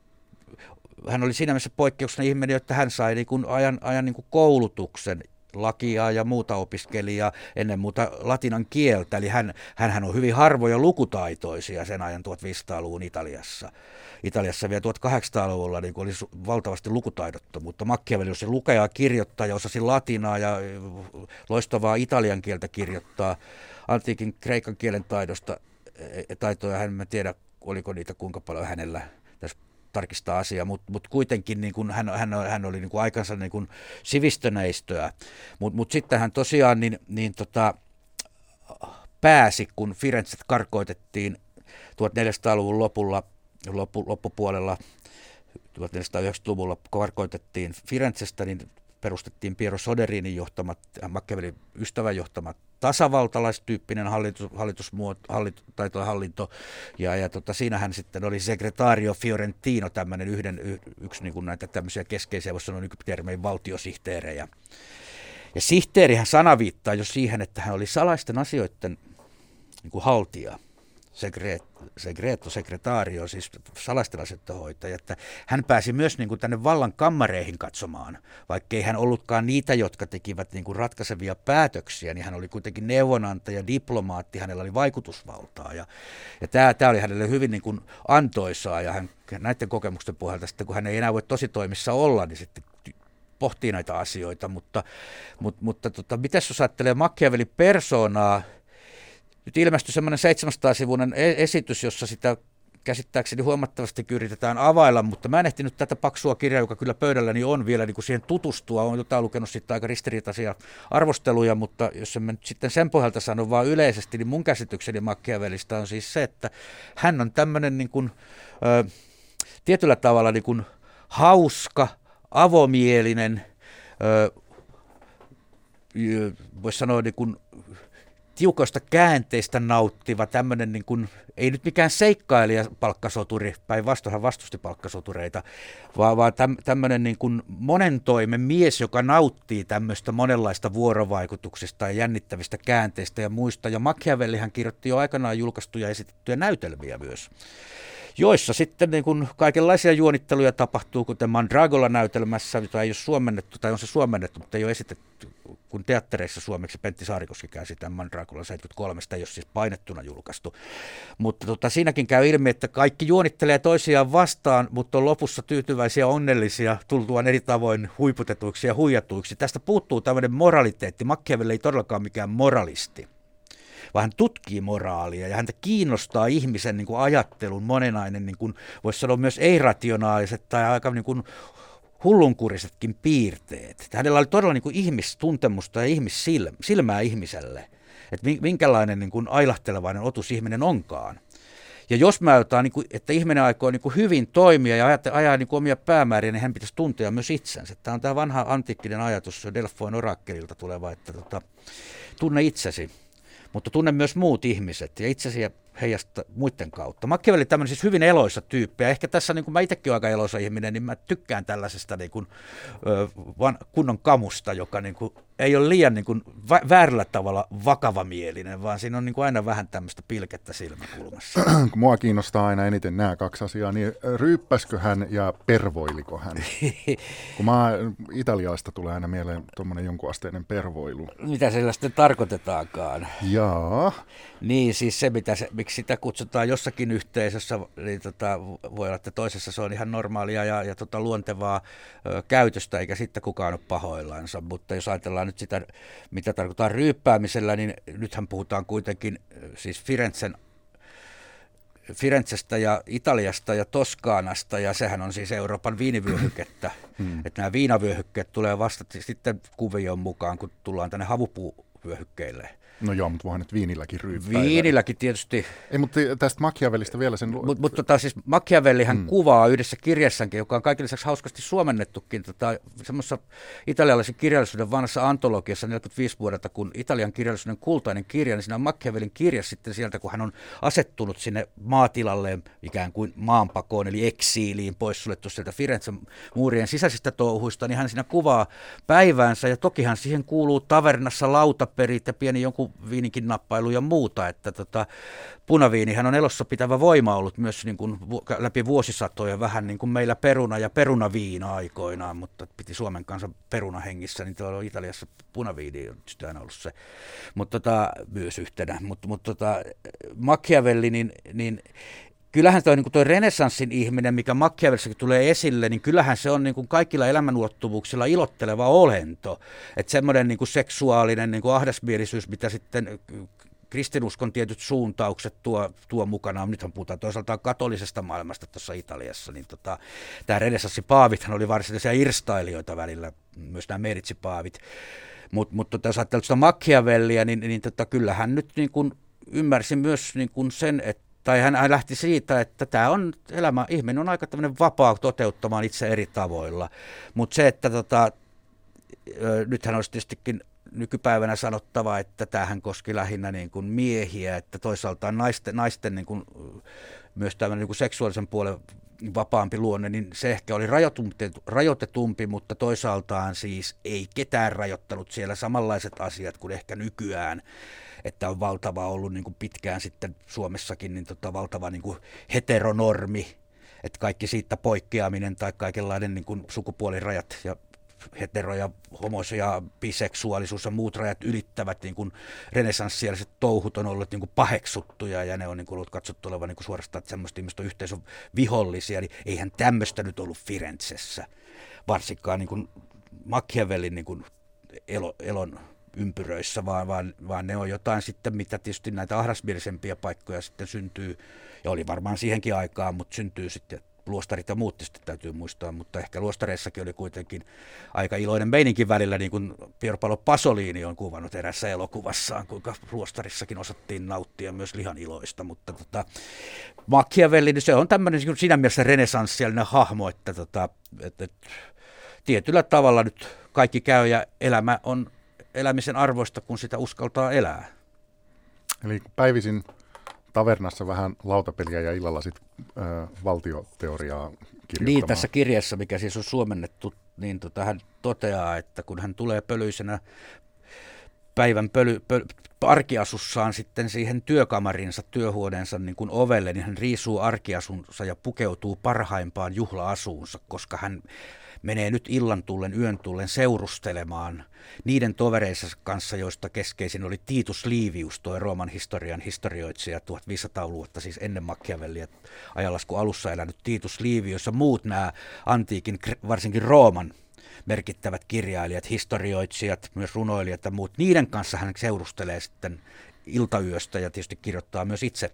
C: hän oli siinä mielessä poikkeuksena ihminen, että hän sai niin kuin ajan, ajan niin kuin koulutuksen, lakia ja muuta opiskelijaa, ennen muuta latinan kieltä, eli hän, hänhän on hyvin harvoja lukutaitoisia sen ajan viisitoistasadan-luvun Italiassa. Italiassa vielä tuhatkahdeksansataaluvulla niin oli valtavasti lukutaidottomuutta. Machiavelli osasi lukea ja kirjoittaa ja osasi latinaa ja loistavaa italian kieltä kirjoittaa. Antiikin kreikan kielen taidosta, taitoja hän en tiedä, oliko niitä kuinka paljon hänellä tässä tarkistaa asiaa, mutta mut kuitenkin niin kun hän, hän, hän oli niin kun aikansa niin kun sivistyneistöä, mutta mut sitten hän tosiaan niin, niin tota, pääsi, kun Firenzet karkoitettiin tuhatneljäsataaluvun lopulla, loppu, loppupuolella, tuhatneljäsataayhdeksänkymmentäluvulla karkoitettiin Firenzestä, niin perustettiin Piero Soderinin johtamat, Machiavellin ystävän johtama tasavaltalaistyyppinen hallitus, hallitusmuoto, hallit, tai hallinto, ja, ja tota, siinähän sitten oli Segretario Fiorentino, tämmöinen yhden, y, yksi niin kuin näitä tämmöisiä keskeisiä, voisi sanoa nykytermein valtiosihteerejä. Ja sihteerihän sana viittaa jo siihen, että hän oli salaisten asioiden niin kuin haltija. Segreto, sekretario, siis salaisten asioiden hoitaja, että hän pääsi myös niin kuin tänne vallan kammareihin katsomaan, vaikkei hän ollutkaan niitä, jotka tekivät niin kuin ratkaisevia päätöksiä, niin hän oli kuitenkin neuvonantaja, diplomaatti, hänellä oli vaikutusvaltaa, ja, ja tämä, tämä oli hänelle hyvin niin kuin antoisaa, ja hän näiden kokemusten pohjalta sitten, kun hän ei enää voi tositoimissa olla, niin sitten pohtii näitä asioita, mutta, mutta, mutta tota, mitäs jos ajattelee Machiavellin persoonaa? Nyt ilmestyi semmoinen seitsemänsataa-sivuinen esitys, jossa sitä käsittääkseni huomattavasti yritetään availla, mutta mä en ehtinyt tätä paksua kirjaa, joka kyllä pöydälläni on vielä niin kuin siihen tutustua. Olen jotain lukenut sitten aika ristiriitaisia arvosteluja, mutta jos en mä nyt sitten sen pohjalta sano vaan yleisesti, niin mun käsitykseni Machiavellista on siis se, että hän on tämmöinen niin kuin, ö, tietyllä tavalla niin kuin hauska, avomielinen, ö, voisi sanoa niin kuin tiukoista käänteistä nauttiva, tämmöinen niin kuin, ei nyt mikään seikkailija palkkasoturi, päinvastoin hän vastusti palkkasotureita, vaan, vaan täm, tämmöinen niin kuin monen toimen mies, joka nauttii tämmöistä monenlaista vuorovaikutuksista ja jännittävistä käänteistä ja muista. Ja Machiavellihan kirjoitti jo aikanaan julkaistuja esitettyjä näytelmiä myös, joissa sitten niin kuin kaikenlaisia juonitteluja tapahtuu, kuten Mandragola-näytelmässä, jota ei ole suomennettu, tai on se suomennettu, mutta ei ole esitetty, kun teattereissa suomeksi Pentti Saarikoski käsi tämän Mandragola seitsemänkymmentäkolme, sitä ei ole siis painettuna julkaistu. Mutta tota, siinäkin käy ilmi, että kaikki juonittelee toisiaan vastaan, mutta on lopussa tyytyväisiä, onnellisia, tultuaan eri tavoin huiputetuiksi ja huijatuiksi. Tästä puuttuu tämmöinen moraliteetti. Machiavelli ei todellakaan mikään moralisti, vaan hän tutkii moraalia ja häntä kiinnostaa ihmisen niin kuin ajattelun monenainen, niin kuin voisi sanoa myös ei-rationaaliset tai aika niin kuin hullunkurisetkin piirteet. Hänellä oli todella niin kuin ihmistuntemusta ja ihmissilmää ihmiselle, että minkälainen niin kuin ailahtelevainen otus ihminen onkaan. Ja jos mä ajataan, niin kuin, että ihminen aikoo niin kuin hyvin toimia ja ajaa, ajaa niin kuin omia päämääriä, niin hän pitäisi tuntea myös itsensä. Tämä on tämä vanha antiikkinen ajatus Delfoin orakkelilta tuleva, että tota, tunne itsesi. Mutta tunne myös muut ihmiset ja itsesi ja heijasta muiden kautta. Machiavelli tämmöinen siis hyvin eloisa tyyppi. Ja ehkä tässä, niin kuin mä itsekin olen aika eloisa ihminen, niin mä tykkään tällaisesta niin kuin, ö, van, kunnon kamusta, joka niin kuin, ei ole liian niin kuin, vä- väärällä tavalla vakavamielinen, vaan siinä on niin kuin aina vähän tämmöistä pilkettä silmäkulmassa.
B: Kun mua kiinnostaa aina eniten nämä kaksi asiaa, niin ryyppäskö hän ja pervoiliko hän? Kun mä, italialaista tulee aina mieleen tuommoinen jonkunasteinen pervoilu.
C: Mitä sillä sitten tarkoitetaankaan?
B: Jaa.
C: Niin, siis se, mitä se, miksi sitä kutsutaan jossakin yhteisössä, niin tota, voi olla, että toisessa se on ihan normaalia ja, ja tota, luontevaa ö, käytöstä, eikä sitten kukaan ole pahoillansa. Mutta jos ajatellaan nyt sitä, mitä tarkoittaa ryyppäämisellä, niin nythän puhutaan kuitenkin siis Firenzen Firenzestä ja Italiasta ja Toskaanasta, ja sehän on siis Euroopan viinivyöhykettä. Hmm. Että nämä viinavyöhykkeet tulee vasta sitten kuvioon mukaan, kun tullaan tänne havupuuvyöhykkeille.
B: No joo, mutta voihan nyt viinilläkin ryyppää.
C: Viinilläkin tietysti.
B: Ei, mutta tästä Machiavellista vielä sen...
C: Mutta mut, tota, siis Machiavellihan hmm. kuvaa yhdessä kirjassankin, joka on kaiken lisäksi hauskasti suomennettukin, tota, semmoisessa italialaisen kirjallisuuden vanhassa antologiassa neljäkymmentäviisi vuodelta, kun Italian kirjallisuuden kultainen kirja, niin siinä on Machiavellin kirja sitten sieltä, kun hän on asettunut sinne maatilalleen ikään kuin maanpakoon, eli eksiiliin, poissuljettu sieltä Firenzen muurien sisäisistä touhuista, niin hän siinä kuvaa päiväänsä, ja tokihan siihen kuuluu tavernassa lautaperit ja pieni jonkun viininkin nappailu ja muuta, että tota, punaviinihän on elossa pitävä voima ollut myös niin kuin läpi vuosisatoja, vähän niin kuin meillä peruna ja perunaviina aikoinaan, mutta piti Suomen kansan perunahengissä, niin tuolla Italiassa punaviini on aina ollut se, mutta tota, myös yhtenä, mutta, mutta tota, Machiavelli, niin, niin kyllähän tuo, niin tuo renessanssin ihminen, mikä Machiavellissakin tulee esille, niin kyllähän se on niin kuin kaikilla elämänulottuvuuksilla ilotteleva olento. Että semmoinen niin kuin seksuaalinen niin kuin ahdasmielisyys, mitä sitten kristinuskon tietyt suuntaukset tuo, tuo mukanaan. Nythän puhutaan toisaalta katolisesta maailmasta tuossa Italiassa. Niin tota, tämä renessanssipaavithan oli varsinaisia irstailijoita välillä, myös nämä Medici-paavit. Mutta mut, tota, jos ajattelee sitä Machiavellia, niin, niin tota, kyllähän nyt niin kuin ymmärsi myös niin kuin sen, että tai hän lähti siitä, että tämä on elämä, ihminen on aika tämmöinen vapaa toteuttamaan itse eri tavoilla. Mutta se, että tota, nythän olisi tietystikin nykypäivänä sanottava, että tämähän koski lähinnä niin kuin miehiä, että toisaalta naisten, naisten niin kuin, myös tämmöinen niin kuin seksuaalisen puolen vapaampi luonne, niin se ehkä oli rajoitetumpi, mutta toisaaltaan siis ei ketään rajoittanut siellä samanlaiset asiat kuin ehkä nykyään. Että on valtava ollut niin kuin pitkään sitten Suomessakin niin tota valtava niin kuin heteronormi, että kaikki siitä poikkeaminen tai kaikenlainen niin kuin sukupuolirajat ja hetero- ja homo- ja biseksuaalisuus ja muut rajat ylittävät niin kuin renessanssialiset touhut on ollut niin kuin paheksuttuja ja ne on niin kuin ollut katsottu olevan niin kuin suorastaan, että semmoista ihmistä on yhteisön vihollisia, niin eihän tämmöistä nyt ollut Firenzessä, varsinkaan niin kuin Machiavellin niin kuin elo, elon ympyröissä, vaan, vaan, vaan ne on jotain sitten, mitä tietysti näitä ahdasmielisempiä paikkoja sitten syntyy, ja oli varmaan siihenkin aikaan, mutta syntyy sitten, luostarit ja muut tietysti täytyy muistaa, mutta ehkä luostareissakin oli kuitenkin aika iloinen meininkin välillä, niin kuin Pier Paolo Pasolini on kuvannut erässä elokuvassaan, kuinka luostarissakin osattiin nauttia myös lihan iloista, mutta tota, Machiavelli, niin se on tämmöinen siinä mielessä renessanssiallinen hahmo, että, tota, että, että tietyllä tavalla nyt kaikki käy ja elämä on elämisen arvoista, kun sitä uskaltaa elää.
B: Eli päivisin tavernassa vähän lautapeliä ja illalla sitten äh, valtioteoriaa kirjoittamaan.
C: Niin, tässä kirjassa, mikä siis on suomennettu, niin tota, hän toteaa, että kun hän tulee pölyisenä päivän pöly, pöly, arkiasussaan sitten siihen työkamarinsa, työhuoneensa niin kuin ovelle, niin hän riisuu arkiasunsa ja pukeutuu parhaimpaan juhla-asuunsa, koska hän menee nyt illan tullen, yön tullen seurustelemaan niiden tovereissa kanssa, joista keskeisin oli Titus Livius, tuo Rooman historian historioitsija tuhatviisisataa vuotta siis ennen Machiavellia ajanlasku alussa elänyt Titus Livius ja muut nämä antiikin, varsinkin Rooman merkittävät kirjailijat, historioitsijat, myös runoilijat ja muut. Niiden kanssa hän seurustelee sitten iltayöstä ja tietysti kirjoittaa myös itse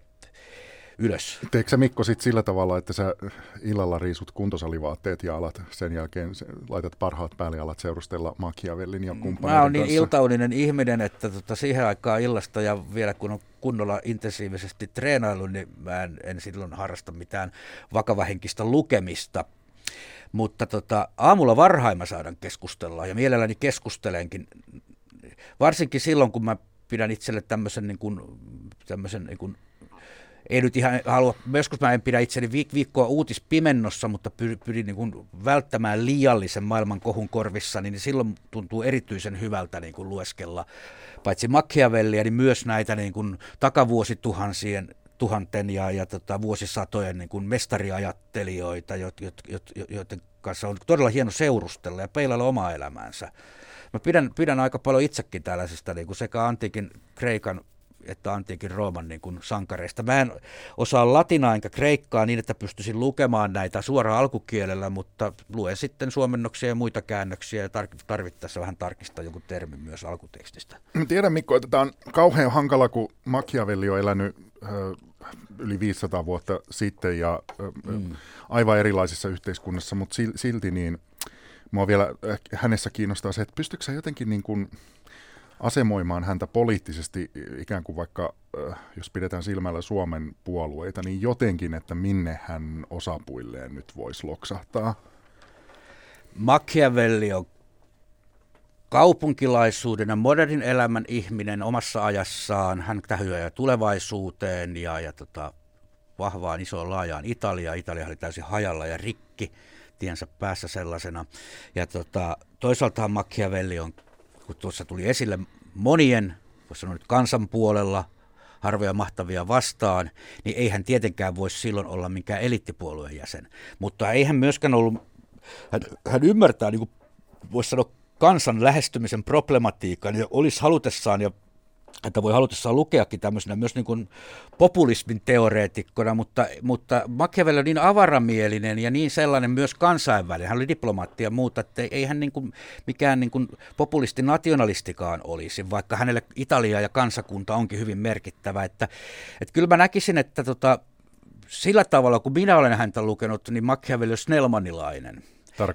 C: ylös.
B: Teekö sä, Mikko, sit sillä tavalla, että sä illalla riisut kuntosalivaatteet ja alat sen jälkeen laitat parhaat päälle ja alat seurustella Machiavellin ja kumppaneiden kanssa?
C: Mä oon niin iltauninen ihminen, että tota siihen aikaan illasta ja vielä kun on kunnolla intensiivisesti treenailu, niin mä en, en silloin harrasta mitään vakavahenkistä lukemista. Mutta tota, aamulla varhain mä saadaan keskustella ja mielelläni keskustelenkin, varsinkin silloin kun mä pidän itselle tämmöisen niin kuin, tämmöisen niin kuin ei nyt ihan halua, joskus mä en pidä itseni viik- viikkoa uutispimennossa, mutta pyrin, pyrin niin kuin välttämään liiallisen maailman kohun korvissa, niin silloin tuntuu erityisen hyvältä niin kuin lueskella paitsi Machiavellia, niin myös näitä niin kuin takavuosituhansien tuhanten ja, ja tota, vuosisatojen niin kuin mestariajattelijoita, joiden jot, jot, kanssa on todella hieno seurustella ja peilailla omaa elämäänsä. Mä pidän, pidän aika paljon itsekin tällaisesta niin kuin sekä antiikin Kreikan että antiikin Rooman niin kuin sankareista. Mä en osaa latinaa enkä kreikkaa niin, että pystyisin lukemaan näitä suoraan alkukielellä, mutta luen sitten suomennoksia ja muita käännöksiä ja tarvittaessa vähän tarkistaa jonkun termin myös alkutekstistä.
B: Tiedän Mikko, että tämä on kauhean hankala, kun Machiavelli on elänyt ö, yli viisisataa vuotta sitten ja ö, mm. aivan erilaisissa yhteiskunnassa, mutta silti niin mua vielä hänessä kiinnostaa se, että pystyykö sä jotenkin niin kuin asemoimaan häntä poliittisesti ikään kuin vaikka, jos pidetään silmällä Suomen puolueita, niin jotenkin, että minne hän osapuilleen nyt voisi loksahtaa?
C: Machiavelli on kaupunkilaisuuden ja modernin elämän ihminen omassa ajassaan. Hän tähyää tulevaisuuteen ja, ja tota, vahvaan isoon laajaan Italiaan. Italia oli täysin hajalla ja rikki tiensä päässä sellaisena. Ja tota, toisaaltahan Machiavelli on, kun tuossa tuli esille monien, voisi sanoa nyt kansan puolella, harvoja mahtavia vastaan, niin ei hän tietenkään voisi silloin olla minkään eliittipuolueen jäsen. Mutta ei hän myöskään ollut, hän, hän ymmärtää, niin kuin voisi sanoa, kansan lähestymisen problematiikan, ja olisi halutessaan, ja että voi halutessaan lukeakin tämmöisenä myös niin kuin populismin teoreetikkona, mutta, mutta Machiavelli on niin avaramielinen ja niin sellainen myös kansainvälinen, hän oli diplomaatti ja muuta, että ei hän niin kuin mikään niin kuin populisti nationalistikaan olisi, vaikka hänelle Italia ja kansakunta onkin hyvin merkittävä, että, että kyllä mä näkisin, että tota, sillä tavalla kun minä olen häntä lukenut, niin Machiavelli on snellmanilainen.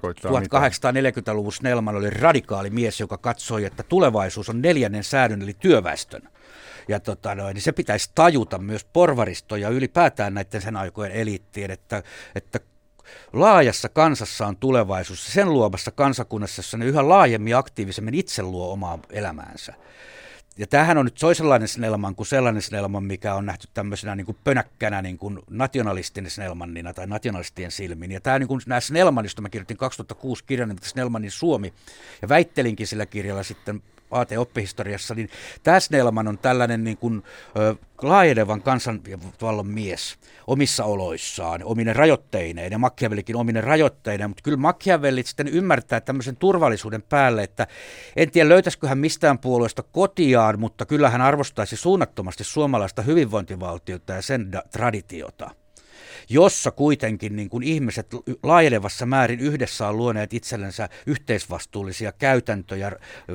C: tuhatkahdeksansataaneljäkymmentäluvun Snellman oli radikaali mies, joka katsoi, että tulevaisuus on neljännen säädön eli työväestön. Ja tota noin, niin se pitäisi tajuta myös porvariston ja ylipäätään näiden sen aikojen eliittien, että, että laajassa kansassa on tulevaisuus. Sen luomassa kansakunnassa, jossa ne yhä laajemmin ja aktiivisemmin itse luo omaa elämäänsä. Ja tämähän on nyt toisenlainen Snellman kuin sellainen Snellman, mikä on nähty tämmöisenä niin kuin pönäkkänä niin kuin nationalistin Snellmanina tai nationalistien silmin. Ja tämä niin kuin nämä Snellman, josta mä kirjoitin kaksituhattakuusi kirjan, Snellmanin Suomi, ja väittelinkin sillä kirjalla sitten A T-oppihistoriassa, niin tämä Snellman on tällainen niin kuin, ö, laajenevan kansanvallan mies omissa oloissaan, omine rajoitteineen, ja Machiavellikin omine rajoitteineen, mutta kyllä Machiavelli sitten ymmärtää tämmöisen turvallisuuden päälle, että en tiedä löytäisikö hän mistään puolueesta kotiaan, mutta kyllä hän arvostaisi suunnattomasti suomalaista hyvinvointivaltiota ja sen da- traditiota, jossa kuitenkin niin kuin ihmiset laajenevassa määrin yhdessä on luoneet itsellensä yhteisvastuullisia käytäntöjä,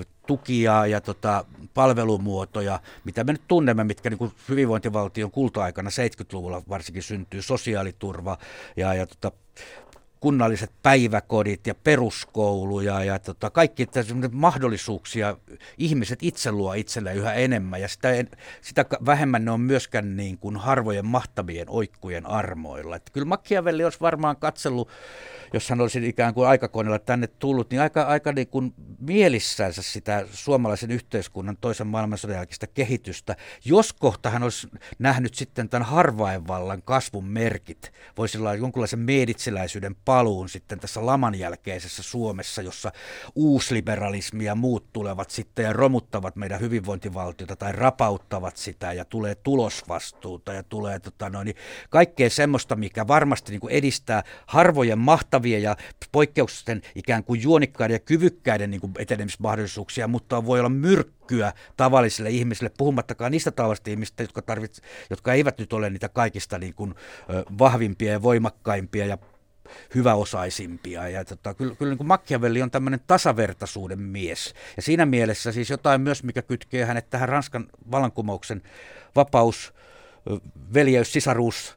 C: tukia ja tota, palvelumuotoja, mitä me nyt tunnemme, mitkä niin kuin hyvinvointivaltion kulta-aikana seitsemänkymmentäluvulla varsinkin syntyy, sosiaaliturva ja, ja tota, kunnalliset päiväkodit ja peruskouluja ja tota, kaikki mahdollisuuksia ihmiset itse luo itselleen yhä enemmän ja sitä, sitä vähemmän ne on myöskään niin kuin harvojen mahtavien oikkujen armoilla. Että kyllä Machiavelli olisi varmaan katsellut, jos hän olisi ikään kuin aikakoneella tänne tullut, niin aika, aika niin kuin mielissänsä sitä suomalaisen yhteiskunnan toisen maailmansodan jälkeistä kehitystä. Jos kohta hän olisi nähnyt sitten tämän harvainvallan kasvun merkit, voisi olla jonkunlaisen meeditsiläisyyden paluun sitten tässä laman jälkeisessä Suomessa, jossa uusliberalismi ja muut tulevat sitten ja romuttavat meidän hyvinvointivaltiota tai rapauttavat sitä ja tulee tulosvastuuta ja tulee tota noin, niin kaikkea semmoista, mikä varmasti niin kuin edistää harvojen mahtavia ja poikkeuksisten ikään kuin juonikkaiden ja kyvykkäiden niin kuin etenemismahdollisuuksia, mutta voi olla myrkkyä tavallisille ihmisille, puhumattakaan niistä tavallisista ihmisistä, jotka, tarvits, jotka eivät nyt ole niitä kaikista niin kuin, ö, vahvimpia ja voimakkaimpia ja hyväosaisimpia. Ja tota, kyllä, kyllä niin kuin Machiavelli on tämmöinen tasavertaisuuden mies. Ja siinä mielessä siis jotain myös, mikä kytkee hänet tähän Ranskan vallankumouksen vapaus, veljeys, sisaruus,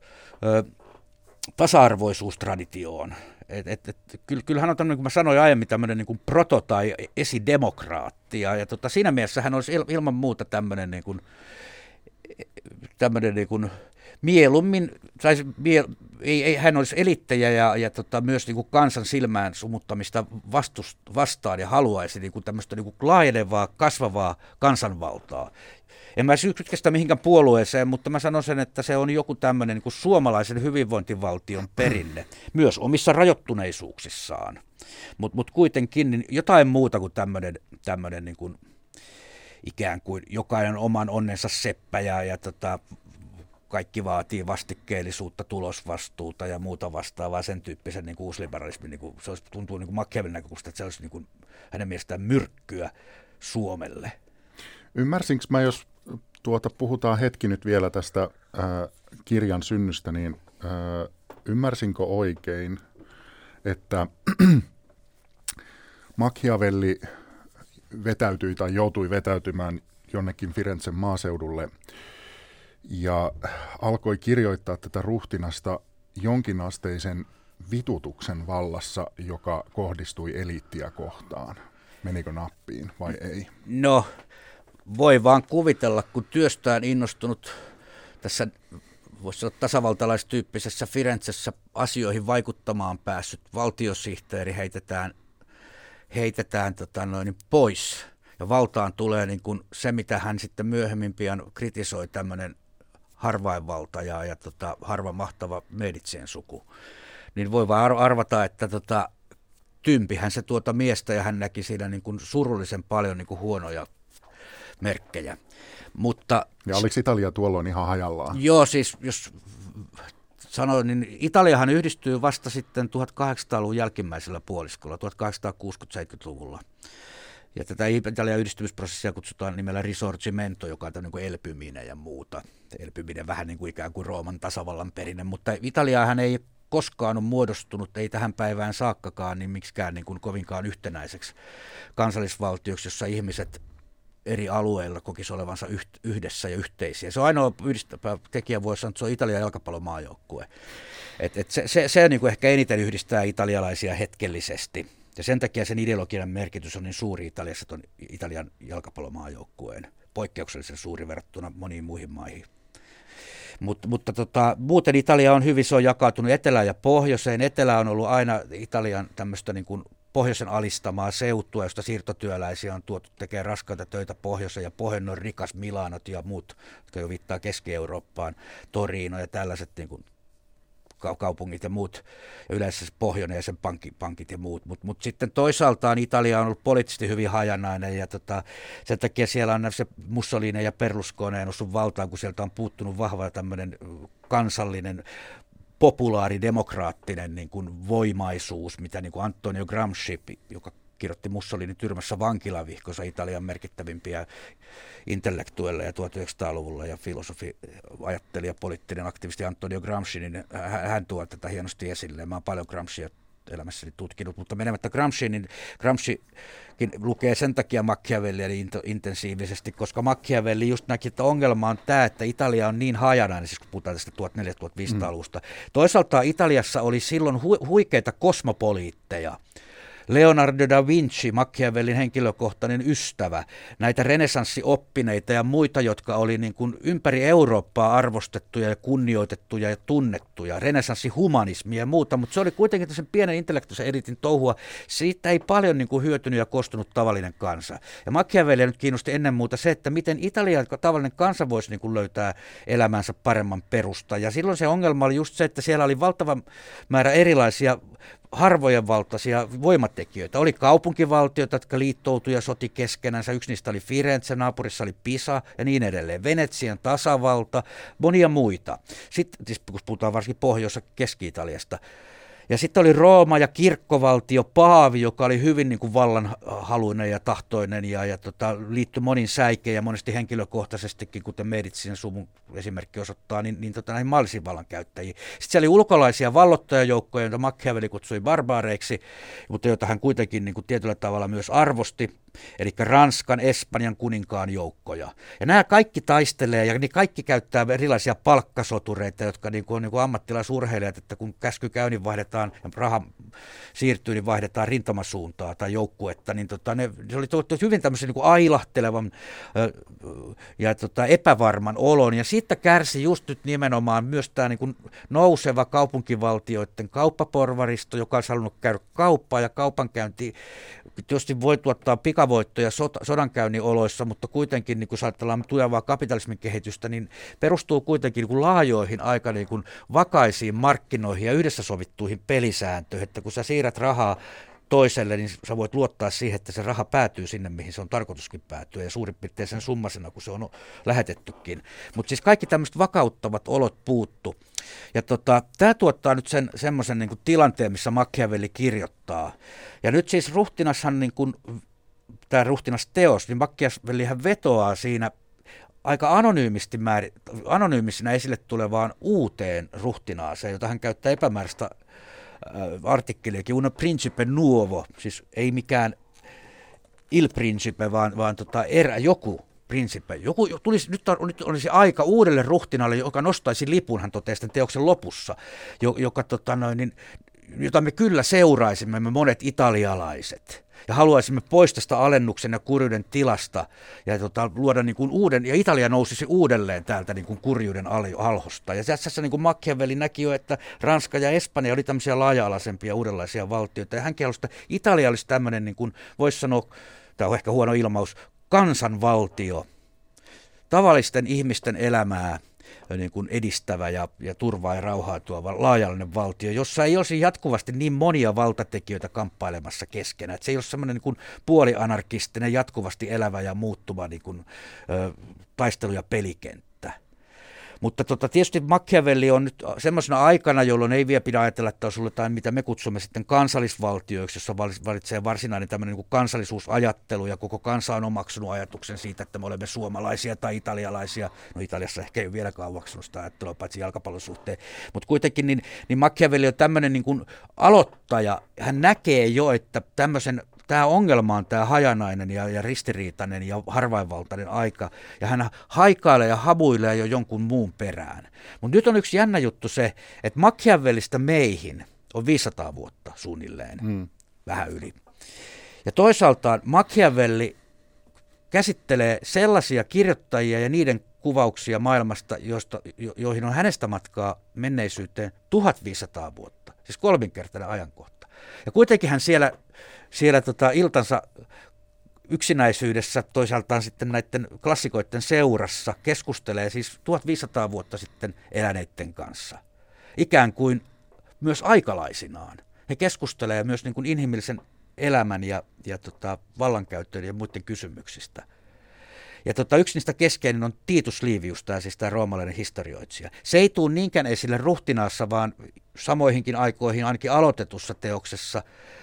C: tasa-arvoisuustraditioon. Et, et, et, kyllä hän on tämmöinen, kun mä sanoin aiemmin, tämmöinen niin kuin proto- tai esidemokraatti. Ja, ja tota, siinä mielessä hän olisi il, ilman muuta tämmöinen, niin kuin, tämmöinen niin kuin, mieluummin, tai mie, ei, ei, hän olisi elittejä ja, ja tota, myös niin kuin kansan silmään sumuttamista vastust, vastaan ja haluaisi niin kuin tämmöistä niin kuin laajenevaa, kasvavaa kansanvaltaa. En mä syytkä sitä mihinkään puolueeseen, mutta mä sanon sen, että se on joku tämmöinen niin kuin suomalaisen hyvinvointivaltion perinne, myös omissa rajoittuneisuuksissaan. Mutta mut kuitenkin niin jotain muuta kuin tämmöinen, tämmöinen niin kuin ikään kuin jokainen oman onnensa seppä ja, ja tota, kaikki vaatii vastikkeellisuutta, tulosvastuuta ja muuta vastaavaa, sen tyyppisen niin kuin uusliberalismin, niin kuin, se olisi, tuntuu niin kuin Machiavellin näkökulmasta, että se olisi niin kuin hänen mielestään myrkkyä Suomelle.
B: Ymmärsinkö mä, jos tuota, puhutaan hetki nyt vielä tästä ää, kirjan synnystä, niin ää, ymmärsinkö oikein, että Machiavelli vetäytyi tai joutui vetäytymään jonnekin Firenzen maaseudulle ja alkoi kirjoittaa tätä ruhtinasta jonkinasteisen vitutuksen vallassa, joka kohdistui eliittiä kohtaan. Menikö nappiin vai ei?
C: No, voi vaan kuvitella, kun työstään innostunut tässä, voisi sanoa tasavaltalaistyyppisessä Firenzessä asioihin vaikuttamaan päässyt valtiosihteeri heitetään, heitetään tota noin, pois. Ja valtaan tulee niin kuin se, mitä hän sitten myöhemmin pian kritisoi, tämmöinen harvainvalta ja, ja tota, harva mahtava Medicien suku. Niin voi vaan arvata, että tota, tympihän se tuota miestä ja hän näki siinä niin kuin surullisen paljon niin kuin huonoja merkkejä. Mutta,
B: ja oliko Italia tuolloin ihan hajallaan?
C: Joo, siis jos sanoin, niin Italiahan yhdistyy vasta sitten tuhatkahdeksansataaluvun jälkimmäisellä puoliskolla, tuhatkahdeksansataakuusikymmentä-seitsemänkymmentäluvulla. Ja tätä Italian yhdistymisprosessia kutsutaan nimellä risorgimento, joka on niin kuin elpyminen ja muuta. Elpyminen vähän niin kuin ikään kuin Rooman tasavallan perinne, mutta Italiahan ei koskaan ole muodostunut, ei tähän päivään saakkakaan, niin miksikään niin kuin kovinkaan yhtenäiseksi kansallisvaltioksi, jossa ihmiset eri alueilla kokisi olevansa yhdessä ja yhteisiä. Se on ainoa yhdistävä tekijä, voisi sanoa, että se on Italian jalkapallomaajoukkue. Et, et se se, se niin kuin ehkä eniten yhdistää italialaisia hetkellisesti. Ja sen takia sen ideologian merkitys on niin suuri Italiassa tuon Italian jalkapallomaajoukkueen, poikkeuksellisen suuri verrattuna moniin muihin maihin. Mut, mutta tota, muuten Italia on hyvin, se on jakautunut etelään ja pohjoiseen. Etelä on ollut aina Italian tämmöistä niin kuin pohjoisen alistamaa seutua, josta siirtotyöläisiä on tuotu tekemään raskaita töitä pohjoiseen, ja pohjoinen on rikas, Milanot ja muut, jotka jo viittaa Keski-Eurooppaan, Torino ja tällaiset niin kuin kaupungit ja muut, ja yleensä pohjoinen ja sen pankki, pankit ja muut, mutta mut sitten toisaaltaan Italia on ollut poliittisesti hyvin hajanainen, ja tota, sen takia siellä on se Mussolini ja Berlusconi noussut valtaan, kun sieltä on puuttunut vahva tämmöinen kansallinen populaaridemokraattinen niin kuin voimaisuus, mitä niin kuin Antonio Gramsci, joka kirjoitti Mussolinin tyrmässä vankilavihkonsa, Italian merkittävimpiä intellektuelleja tuhatyhdeksänsataaluvulla ja filosofi, ajattelija, poliittinen aktivisti Antonio Gramsci, niin hän tuo tätä hienosti esille. Mä oon paljon Gramscia elämässäni tutkinut, mutta menemättä Gramsciin, niin Gramscikin lukee sen takia Machiavellia niin intensiivisesti, koska Machiavelli just näki, että ongelma on tämä, että Italia on niin hajanainen, siis kun puhutaan tästä tuhatneljäsataa-tuhatviisisataa-luvusta. Mm. Toisaalta Italiassa oli silloin hu- huikeita kosmopoliitteja. Leonardo da Vinci, Machiavellin henkilökohtainen ystävä, näitä renesanssioppineita ja muita, jotka oli niin kuin ympäri Eurooppaa arvostettuja ja kunnioitettuja ja tunnettuja, renesanssihumanismia ja muuta, mutta se oli kuitenkin sen pienen intellektuaalisen eliitin touhua. Siitä ei paljon niin kuin hyötynyt ja kostunut tavallinen kansa. Ja Machiavellia nyt kiinnosti ennen muuta se, että miten Italian tavallinen kansa voisi niin kuin löytää elämänsä paremman perusta. Ja silloin se ongelma oli just se, että siellä oli valtava määrä erilaisia harvojen valtaisia voimatekijöitä. Oli kaupunkivaltioita, jotka liittoutuivat ja soti keskenänsä. Yksi niistä oli Firenze, naapurissa oli Pisa ja niin edelleen. Venetsian tasavalta, monia muita. Sitten, kun puhutaan varsinkin Pohjois- ja Keski-Italiasta. Ja sitten oli Rooma ja kirkkovaltio, Paavi, joka oli hyvin niin kuin vallanhaluinen ja tahtoinen ja, ja tota, liittyi monin säikeen ja monesti henkilökohtaisestikin, kuten Medicien suvun esimerkki osoittaa, niin, niin tota, näihin maallisiin vallankäyttäjiin. Sitten siellä oli ulkolaisia vallottajajoukkoja, joita Machiavelli kutsui barbaareiksi, mutta joita hän kuitenkin niin kuin tietyllä tavalla myös arvosti. Eli Ranskan, Espanjan kuninkaan joukkoja. Ja nämä kaikki taistelee ja ne kaikki käyttää erilaisia palkkasotureita, jotka niin kuin on niin kuin ammattilaisurheilijat, että kun käsky käy, niin vaihdetaan, ja raha siirtyy, niin vaihdetaan rintamasuuntaa tai joukkuetta. Niin tota, ne, se oli hyvin tämmöisen niin kuin ailahtelevan ja tota, epävarman olon. Ja siitä kärsi just nyt nimenomaan myös tämä niin kuin nouseva kaupunkivaltioiden kauppaporvaristo, joka olisi halunnut käydä kauppaa ja kaupankäynti tietysti voi tuottaa pikavoittoja sota, sodankäynnin oloissa, mutta kuitenkin, niin kun ajatellaan tulevaa kapitalismin kehitystä, niin perustuu kuitenkin niin kuin laajoihin aika niin kuin vakaisiin markkinoihin ja yhdessä sovittuihin pelisääntöihin, että kun sä siirrät rahaa toiselle, niin sä voit luottaa siihen, että se raha päätyy sinne, mihin se on tarkoituskin päätyä, ja suurin piirtein sen summasena, kun se on lähetettykin. Mutta siis kaikki tämmöiset vakauttavat olot puuttu. Ja tota, tämä tuottaa nyt sen semmoisen niin kuin tilanteen, missä Machiavelli kirjoittaa. Ja nyt siis ruhtinashan, niin kuin, tämä ruhtinas teos, niin Machiavellihän vetoaa siinä aika anonyymisti määri, anonyymisinä esille tulevaan uuteen ruhtinaaseen, jota hän käyttää epämääräistä äh, artikkeliakin, un principe nuovo, siis ei mikään il principe, vaan, vaan tota, erä, joku principe. Joku, tulisi, nyt, on, nyt olisi aika uudelle ruhtinalle, joka nostaisi lipun, hän toteaa sitten teoksen lopussa, joka, tota, noin, niin, jota me kyllä seuraisimme, me monet italialaiset. Ja haluaisimme pois tästä alennuksen ja kurjuuden tilasta ja tota, luoda niin kuin uuden, ja Italia nousisi uudelleen täältä niin kuin kurjuuden alhosta. Ja tässä niin kuin Machiavelli näki jo, että Ranska ja Espanja oli tämmöisiä laaja-alaisempia uudenlaisia valtioita. Ja hänkin halusi, että Italia olisi tämmöinen, niin kuin voisi sanoa, tämä on ehkä huono ilmaus, kansanvaltio, tavallisten ihmisten elämää niin kuin edistävä ja, ja turvaa ja rauhaa tuova laajallinen valtio, jossa ei olisi jatkuvasti niin monia valtatekijöitä kamppailemassa keskenään. Että se ei ole semmoinen niin kuin puolianarkistinen, jatkuvasti elävä ja muuttuva niin kuin, ö, taistelu- ja pelikenttä. Mutta tota, tietysti Machiavelli on nyt semmoisena aikana, jolloin ei vielä pidä ajatella, että olisi ollut jotain, mitä me kutsumme sitten kansallisvaltioiksi, jossa valitsee varsinainen tämmöinen niin kuin kansallisuusajattelu ja koko kansa on omaksunut ajatuksen siitä, että me olemme suomalaisia tai italialaisia. No Italiassa ehkä ei ole vieläkään omaksunut sitä ajattelua, paitsi jalkapallon suhteen. Mutta kuitenkin niin, niin Machiavelli on tämmöinen niin kuin aloittaja. Hän näkee jo, että tämmöisen tämä ongelma on tämä hajanainen ja, ja ristiriitainen ja harvainvaltainen aika, ja hän haikailee ja hamuilee jo jonkun muun perään. Mutta nyt on yksi jännä juttu se, että Machiavellista meihin on viisisataa vuotta suunnilleen, mm. vähän yli. Ja toisaalta Machiavelli käsittelee sellaisia kirjoittajia ja niiden kuvauksia maailmasta, joista, jo, joihin on hänestä matkaa menneisyyteen tuhatviisisataa vuotta, siis kolminkertainen ajankohta. Ja kuitenkin hän siellä Siellä tota, iltansa yksinäisyydessä, toisaaltaan sitten näiden klassikoiden seurassa keskustelee siis tuhatviisisataa vuotta sitten eläneiden kanssa. Ikään kuin myös aikalaisinaan. He keskustelee myös niin kuin inhimillisen elämän ja, ja tota, vallankäyttöön ja muiden kysymyksistä. Ja tota, yksi niistä keskeinen on Titus Livius, tämä siis tämä roomalainen historioitsija. Se ei tule niinkään esille ruhtinaassa, vaan samoihinkin aikoihin ainakin aloitetussa teoksessa,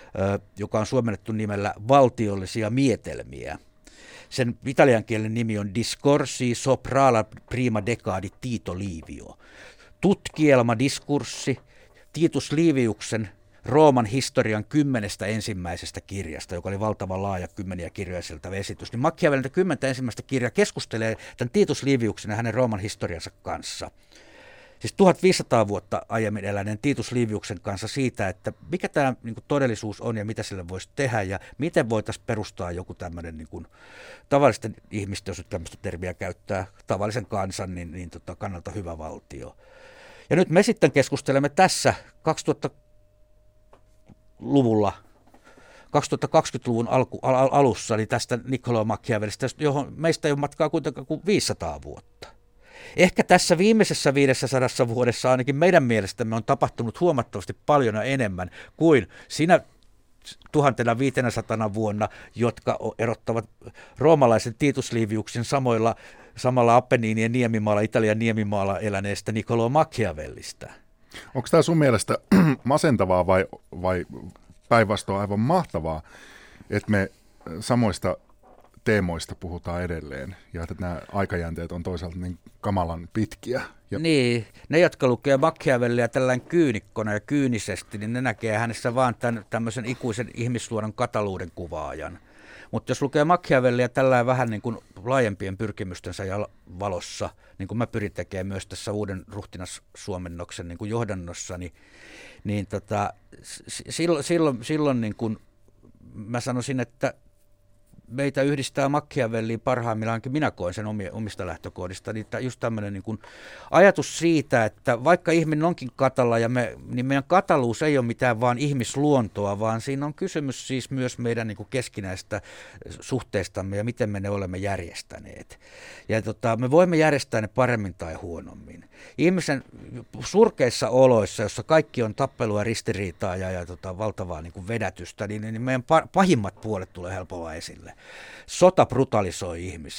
C: joka on suomennettu nimellä Valtiollisia mietelmiä. Sen italiankielinen nimi on Discorsi sopra la prima decadi Tito Livio. Tutkielma, diskurssi, Titus Liviuksen Rooman historian kymmenestä ensimmäisestä kirjasta, joka oli valtavan laaja kymmeniä kirjoja sieltä esitys. Niin Machiavellin kymmentä ensimmäistä kirjaa keskustelee tämän Titus Liviuksen ja hänen Rooman historiansa kanssa. Siis tuhatviisisataa vuotta aiemmin eläneen Titus Liviuksen kanssa siitä, että mikä tämä niin kuin todellisuus on ja mitä sille voisi tehdä ja miten voitaisiin perustaa joku tämmöinen niin kuin, tavallisten ihmisten, jos nyt tämmöistä termiä käyttää, tavallisen kansan, niin, niin tota, kannalta hyvä valtio. Ja nyt me sitten keskustelemme tässä kaksituhattaluvulla, kaksituhattakaksikymmentäluvun alku, al, alussa, niin tästä Niccolò Machiavellista, johon meistä ei ole matkaa kuitenkaan kuin viisisataa vuotta. Ehkä tässä viimeisessä viidessäsadassa vuodessa ainakin meidän mielestämme on tapahtunut huomattavasti paljon enemmän kuin siinä tuhatviisisataa vuonna, jotka erottavat roomalaisen Titus Liviuksen samoilla, samalla Appeniinien niemimaalla, Italian niemimaalla eläneestä Niccolò Machiavellista.
B: Onko tämä sun mielestä masentavaa vai, vai päinvastoin aivan mahtavaa, että me samoista teemoista puhutaan edelleen, ja että nämä aikajänteet on toisaalta niin kamalan pitkiä. Ja
C: niin, ne jotka lukee Machiavellia tällainen kyynikkona ja kyynisesti, niin ne näkee hänessä vaan tämän, tämmöisen ikuisen ihmisluonnon kataluuden kuvaajan. Mutta jos lukee Machiavellia tällainen vähän niin kuin laajempien pyrkimystensä ja valossa, niin kuin mä pyrin tekemään myös tässä uuden ruhtinas-suomennoksen niin kuin johdannossa, niin, niin tota, silloin, silloin, silloin niin kuin mä sanoisin, että meitä yhdistää Machiavelliin parhaimmillaankin, minä koen sen omista lähtökohdista, niin just tämmöinen niin kuin ajatus siitä, että vaikka ihminen onkin katala, ja me, niin meidän kataluus ei ole mitään vaan ihmisluontoa, vaan siinä on kysymys siis myös meidän niin kuin keskinäistä suhteistamme ja miten me ne olemme järjestäneet. Ja tota, me voimme järjestää ne paremmin tai huonommin. Ihmisen surkeissa oloissa, jossa kaikki on tappelua ja ristiriitaa ja, ja tota, valtavaa niin kuin vedätystä, niin, niin meidän pahimmat puolet tulee helpolla esille. Sota brutalisoi ihmisen.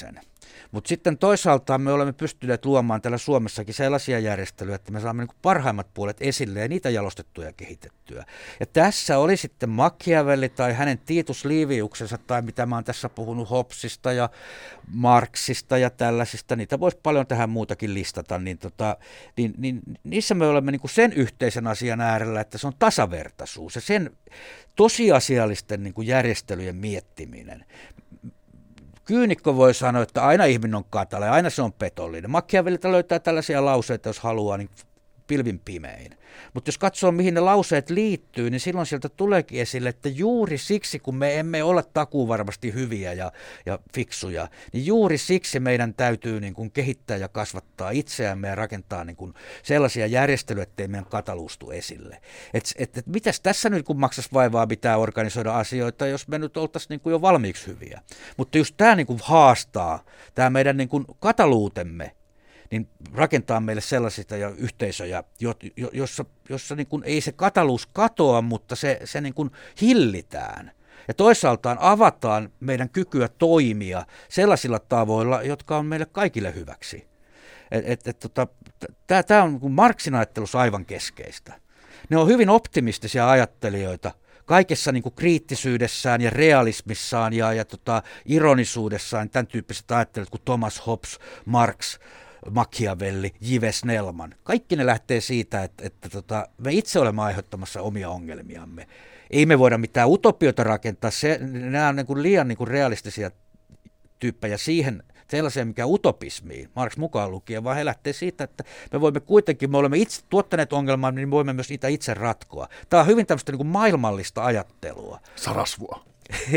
C: Mutta sitten toisaalta me olemme pystyneet luomaan täällä Suomessakin sellaisia järjestelyjä, että me saamme niin kuin parhaimmat puolet esille ja niitä jalostettuja ja kehitettyä. Ja tässä oli sitten Machiavelli tai hänen Titus Liviuksensa tai mitä mä oon tässä puhunut Hobbesista ja Marxista ja tällaisista, niitä voisi paljon tähän muutakin listata, niin, tota, niin, niin niissä me olemme niin kuin sen yhteisen asian äärellä, että se on tasavertaisuus ja sen tosiasiallisten niin kuin järjestelyjen miettiminen. Kyynikko voi sanoa, että aina ihminen on katala ja aina se on petollinen. Machiavellilta löytää tällaisia lauseita, jos haluaa, niin pilvin pimein. Mutta jos katsoo, mihin ne lauseet liittyy, niin silloin sieltä tuleekin esille, että juuri siksi, kun me emme ole takuvarmasti hyviä ja, ja fiksuja, niin juuri siksi meidän täytyy niin kuin kehittää ja kasvattaa itseämme ja rakentaa niin kuin sellaisia järjestelyjä, ettei meidän kataluustu esille. Että et, et, mitäs tässä nyt, kun maksaisi vaivaa, pitää organisoida asioita, jos me nyt oltaisiin niin kuin jo valmiiksi hyviä. Mutta just tämä niin kuin haastaa, tämä meidän niin kuin kataluutemme, niin rakentaa meille sellaisia ja yhteisöjä, jossa, jossa niin kuin ei se kataluus katoa, mutta se, se niin kuin hillitään. Ja toisaaltaan avataan meidän kykyä toimia sellaisilla tavoilla, jotka on meille kaikille hyväksi. Et, et, tota, Tämä on niin Marxin ajattelussa aivan keskeistä. Ne on hyvin optimistisia ajattelijoita kaikessa niin kuin kriittisyydessään ja realismissaan ja, ja tota, ironisuudessaan, tämän tyyppiset ajattelijat kuin Thomas Hobbes, Marx, Machiavelli, J V Snellman. Kaikki ne lähtee siitä, että, että tota, me itse olemme aiheuttamassa omia ongelmiamme. Ei me voida mitään utopioita rakentaa, se, nämä on niin kuin liian niin kuin realistisia tyyppejä siihen, sellaisia mikä utopismiin, Marx mukaan lukien, vaan he lähtee siitä, että me voimme kuitenkin, me olemme itse tuottaneet ongelmaa, niin voimme myös niitä itse ratkoa. Tämä on hyvin tämmöistä niin kuin maailmallista ajattelua.
B: Sarasvua.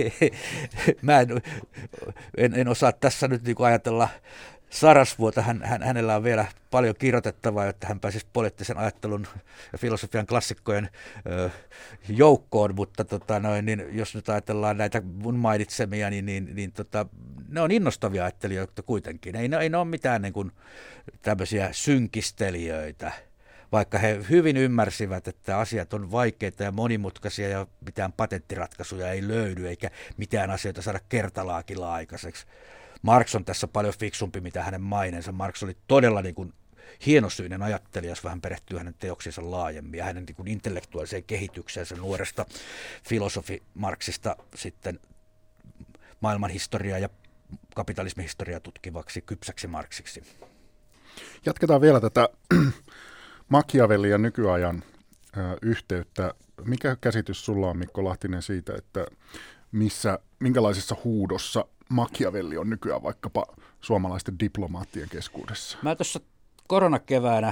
C: Mä en, en, en osaa tässä nyt niin kuin ajatella Sarasvuota, hän, hän, hänellä on vielä paljon kirjoitettavaa, jotta hän pääsisi poliittisen ajattelun ja filosofian klassikkojen ö, joukkoon, mutta tota, noin, niin, jos nyt ajatellaan näitä mun mainitsemia, niin, niin, niin tota, ne on innostavia ajattelijoita kuitenkin. Ei, ei ne ole mitään niin kuin, tämmöisiä synkistelijöitä, vaikka he hyvin ymmärsivät, että asiat on vaikeita ja monimutkaisia ja mitään patenttiratkaisuja ei löydy, eikä mitään asioita saada kertalaakilla aikaiseksi. Marx on tässä paljon fiksumpi, mitä hänen maineensa. Marx oli todella niin kuin hienosyinen ajattelija, jos vähän perehtyy hänen teoksiinsa laajemmin ja hänen niin kuin intellektuaaliseen kehitykseensä nuoresta filosofi Marxista sitten maailmanhistoriaa ja kapitalismihistoriaa tutkivaksi kypsäksi Marxiksi.
B: Jatketaan vielä tätä Machiavellin ja nykyajan ö, yhteyttä. Mikä käsitys sulla on, Mikko Lahtinen, siitä, että missä, minkälaisessa huudossa Machiavelli on nykyään vaikkapa suomalaisten diplomaattien keskuudessa?
C: Mä tuossa koronakeväänä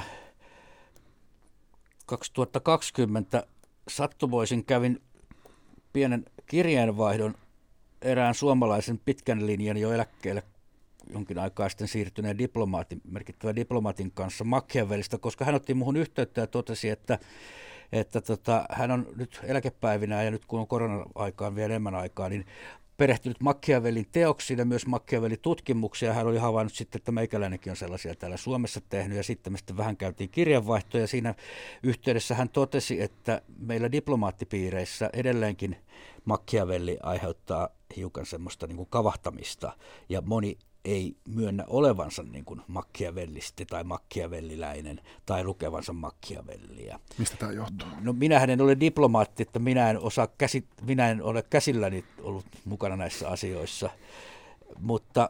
C: kaksituhattakaksikymmentä sattumoisin kävin pienen kirjeenvaihdon erään suomalaisen pitkän linjan jo eläkkeelle jonkin aikaa sitten siirtyneen diplomaatin, merkittävän diplomaatin kanssa Machiavellista, koska hän otti muuhun yhteyttä ja totesi, että että tota, hän on nyt eläkepäivinä ja nyt kun on korona-aikaan vielä enemmän aikaa, niin perehtynyt Machiavellin teoksiin ja myös Machiavellin tutkimuksia. Hän oli havainnut sitten, että meikäläinenkin on sellaisia täällä Suomessa tehnyt ja sitten me sitten vähän käytiin kirjanvaihtoja ja siinä yhteydessä hän totesi, että meillä diplomaattipiireissä edelleenkin Machiavelli aiheuttaa hiukan semmoista niin kuin kavahtamista ja moni ei myönnä olevansa niin kuin machiavellisti tai machiavelliläinen tai lukevansa Machiavellia.
B: Mistä tämä johtuu?
C: No minähän en ole diplomaatti, että minä en, osaa käsi, minä en ole käsilläni ollut mukana näissä asioissa, mutta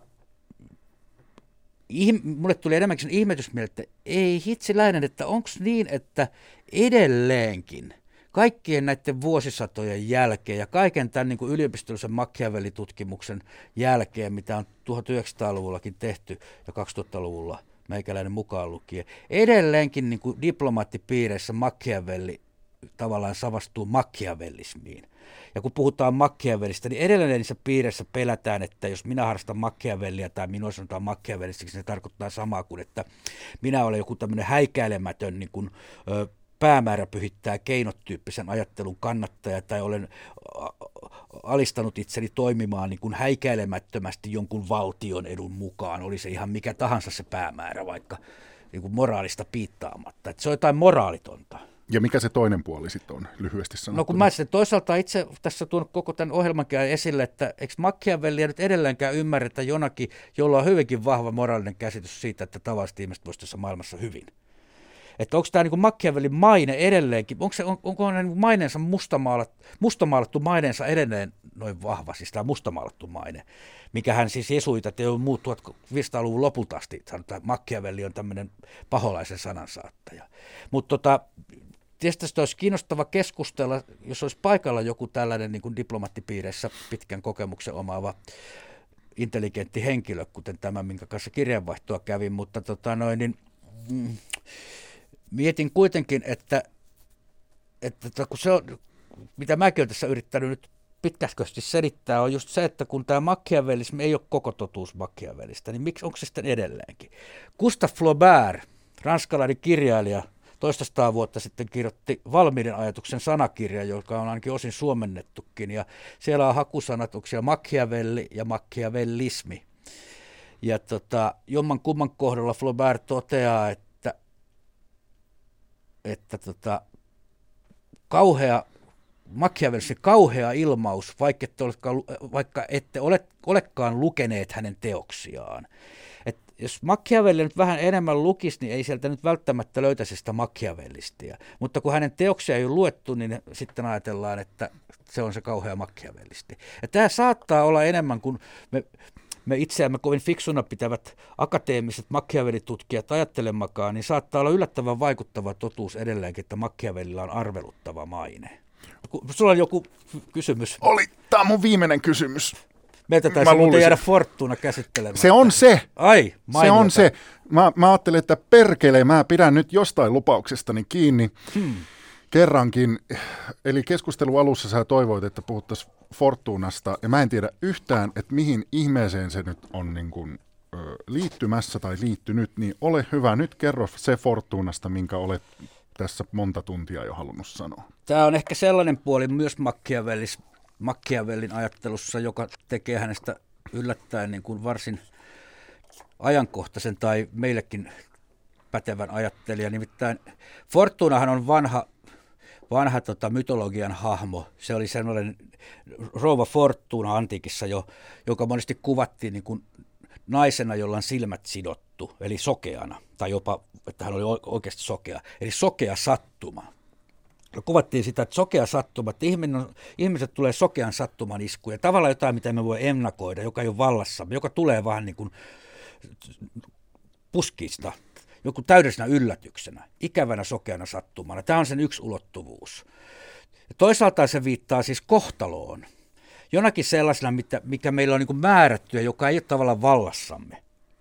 C: ihm, mulle tuli enemmänkin ihmetys mieltä, että ei hitsiläinen, että onko niin, että edelleenkin kaikkien näiden vuosisatojen jälkeen ja kaiken tämän niin kuin yliopistollisen Machiavelli-tutkimuksen jälkeen, mitä on tuhatyhdeksänsataaluvullakin tehty ja kaksituhattaluvulla meikäläinen mukaan lukien, edelleenkin niin kuin diplomaattipiireissä Machiavelli tavallaan savastuu machiavellismiin. Ja kun puhutaan Machiavellista, niin edelleen niissä piireissä pelätään, että jos minä harrastan Machiavellia tai minua sanotaan Machiavellistiksi, se tarkoittaa samaa kuin, että minä olen joku tämmöinen häikäilemätön niin kuin, ö, päämäärä pyhittää keinotyyppisen ajattelun kannattaja tai olen alistanut itseni toimimaan niin kuin häikäilemättömästi jonkun valtion edun mukaan, oli se ihan mikä tahansa se päämäärä, vaikka niin kuin moraalista piittaamatta. Että se on jotain moraalitonta.
B: Ja mikä se toinen puoli sitten on, lyhyesti sanottuna?
C: No kun mä sitten toisaalta itse tässä tuon koko tämän ohjelmankin esille, että eikö Machiavellia nyt edelleenkään ymmärretä jonakin, jolla on hyvinkin vahva moraalinen käsitys siitä, että tavalliset ihmiset voisivat tässä maailmassa hyvin. Että onko tämä niin Machiavellin maine edelleenkin, onko, se, on, onko niin maineensa mustamaalattu, mustamaalattu maineensa edelleen noin vahva, siis tämä mustamaalattu maine, mikä hän siis jesuitat ja muut tuhatviisisataaluvun lopulta asti sanotaan, että Machiavelli on tämmöinen paholaisen sanansaattaja. Mutta tota, tietysti olisi kiinnostava keskustella, jos olisi paikalla joku tällainen niin kuin diplomaattipiireissä pitkän kokemuksen omaava intelligentti henkilö, kuten tämä, minkä kanssa kirjanvaihtoa kävin, mutta tota noin, niin, mm, mietin kuitenkin, että, että kun se on, mitä mäkin olen tässä yrittänyt nyt pitkäsköisesti selittää, on just se, että kun tämä machiavellismi ei ole koko totuus Machiavellista, niin miksi onko se sitten edelleenkin? Gustave Flaubert, ranskalainen kirjailija, toistasataa vuotta sitten kirjoitti Valmiiden ajatuksen sanakirja, joka on ainakin osin suomennettukin, ja siellä on hakusanatuksia Machiavelli ja machiavellismi. Ja tota, jomman kumman kohdalla Flaubert toteaa, että, että tota, kauhea, Machiavellismi kauhea ilmaus, vaikka ette, olekaan, vaikka ette ole, olekaan lukeneet hänen teoksiaan. Et jos Machiavelli nyt vähän enemmän lukisi, niin ei sieltä nyt välttämättä löytäisi sitä Machiavellistia. Mutta kun hänen teoksia ei ole luettu, niin sitten ajatellaan, että se on se kauhea Machiavellisti. Ja tämä saattaa olla enemmän kuin me, me itseämme kovin fiksuna pitävät akateemiset Machiavelli-tutkijat ajattelemakaan, niin saattaa olla yllättävän vaikuttava totuus edelleenkin, että Machiavellilla on arveluttava maine. Sulla on joku kysymys?
B: Oli, tämä on mun viimeinen kysymys.
C: Meiltä taisi muuten jäädä Fortuna käsittelemään.
B: Se on se.
C: Ai,
B: se on se. Mä, mä ajattelin, että perkele, mä pidän nyt jostain lupauksestani kiinni. Hmm. Kerrankin, eli keskustelun alussa sä toivoit, että puhuttaisiin Fortunasta, ja mä en tiedä yhtään, että mihin ihmeeseen se nyt on niin kuin, ö, liittymässä tai liittynyt, niin ole hyvä, nyt kerro se Fortunasta, minkä olet tässä monta tuntia jo halunnut sanoa.
C: Tämä on ehkä sellainen puoli myös Machiavellis, Machiavellin ajattelussa, joka tekee hänestä yllättäen niin kuin varsin ajankohtaisen tai meillekin pätevän ajattelijan. Nimittäin Fortunahan on vanha, vanha tota, mytologian hahmo. Se oli sellainen rouva Fortuna antiikissa jo, joka monesti kuvattiin niin kuin naisena, jolla on silmät sidottu, eli sokeana, tai jopa, että hän oli oikeasti sokea, eli sokea sattuma. Kuvattiin sitä, että sokea sattuma, että ihminen, ihmiset tulee sokean sattuman iskuun, ja tavallaan jotain, mitä me voi ennakoida, joka ei ole vallassamme, joka tulee vähän niin kuin puskista, joku täydellisenä yllätyksenä, ikävänä sokeana sattumana. Tämä on sen yksi ulottuvuus. Ja toisaalta se viittaa siis kohtaloon, jonakin sellaisena, mikä meillä on niin kuin määrätty ja joka ei ole tavallaan vallassamme.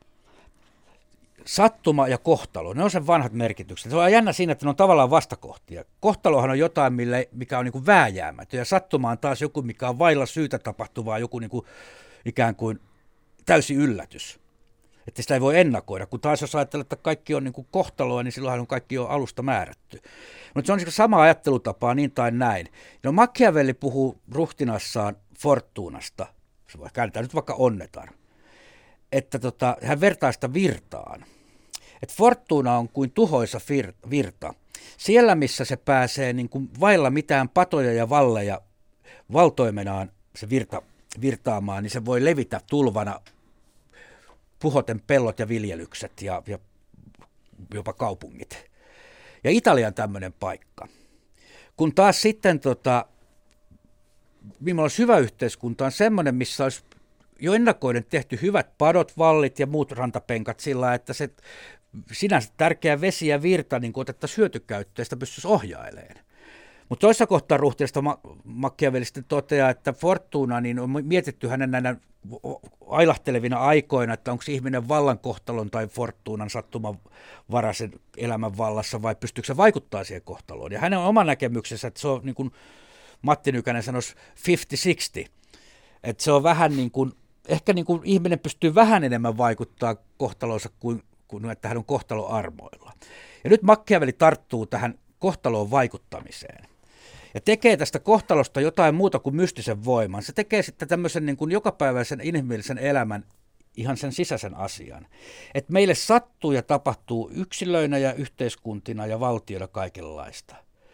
C: Sattuma ja kohtalo, ne on sen vanhat merkitykset. Se on jännä siinä, että ne on tavallaan vastakohtia. Kohtalohan on jotain, mikä on niin kuin vääjäämätön, ja sattuma on taas joku, mikä on vailla syytä tapahtuvaa, joku niin kuin ikään kuin täysi yllätys. Että sitä ei voi ennakoida, kun taas jos ajattelee, että kaikki on niin kuin kohtaloa, niin silloinhan on kaikki jo alusta määrätty. Mutta se on sama ajattelutapaa niin tai näin. No Machiavelli puhuu ruhtinassaan Fortunasta, se voi kääntää nyt vaikka onnetar, että tota, hän vertaa sitä virtaan. Että Fortuna on kuin tuhoisa virta. Siellä, missä se pääsee niin kuin vailla mitään patoja ja valleja valtoimenaan se virta, virtaamaan, niin se voi levitä tulvana puhoten pellot ja viljelykset ja, ja jopa kaupungit. Ja Italia on tämmöinen paikka. Kun taas sitten tota, minulla olisi hyvä yhteiskunta on semmoinen, missä olisi jo ennakoiden tehty hyvät padot, vallit ja muut rantapenkat sillä, että se sinänsä tärkeä vesi ja virta niin otettaisiin hyötykäyttöön ja sitä pystyisi ohjailemaan. Mutta toisessa kohtaa ruhtiasta Machiavelli sitten toteaa, että Fortuna niin on mietitty hänen näinä ailahtelevina aikoina, että onko ihminen vallankohtalon tai Fortunan sattumanvaraisen elämän vallassa vai pystyykö se vaikuttaa siihen kohtaloon. Ja hänen oma näkemyksensä, että se on niin kuin Matti Nykänen sanoisi viisikymmentä kuusikymmentä, että se on vähän niin kuin, ehkä niin kuin ihminen pystyy vähän enemmän vaikuttaa kohtalonsa kuin, kuin että hän on kohtalon armoilla. Ja nyt Machiavelli tarttuu tähän kohtaloon vaikuttamiseen ja tekee tästä kohtalosta jotain muuta kuin mystisen voiman. Se tekee sitten tämmöisen niin kuin jokapäiväisen inhimillisen elämän ihan sen sisäisen asian. Että meille sattuu ja tapahtuu yksilöinä ja yhteiskuntina ja valtioina kaikenlaista.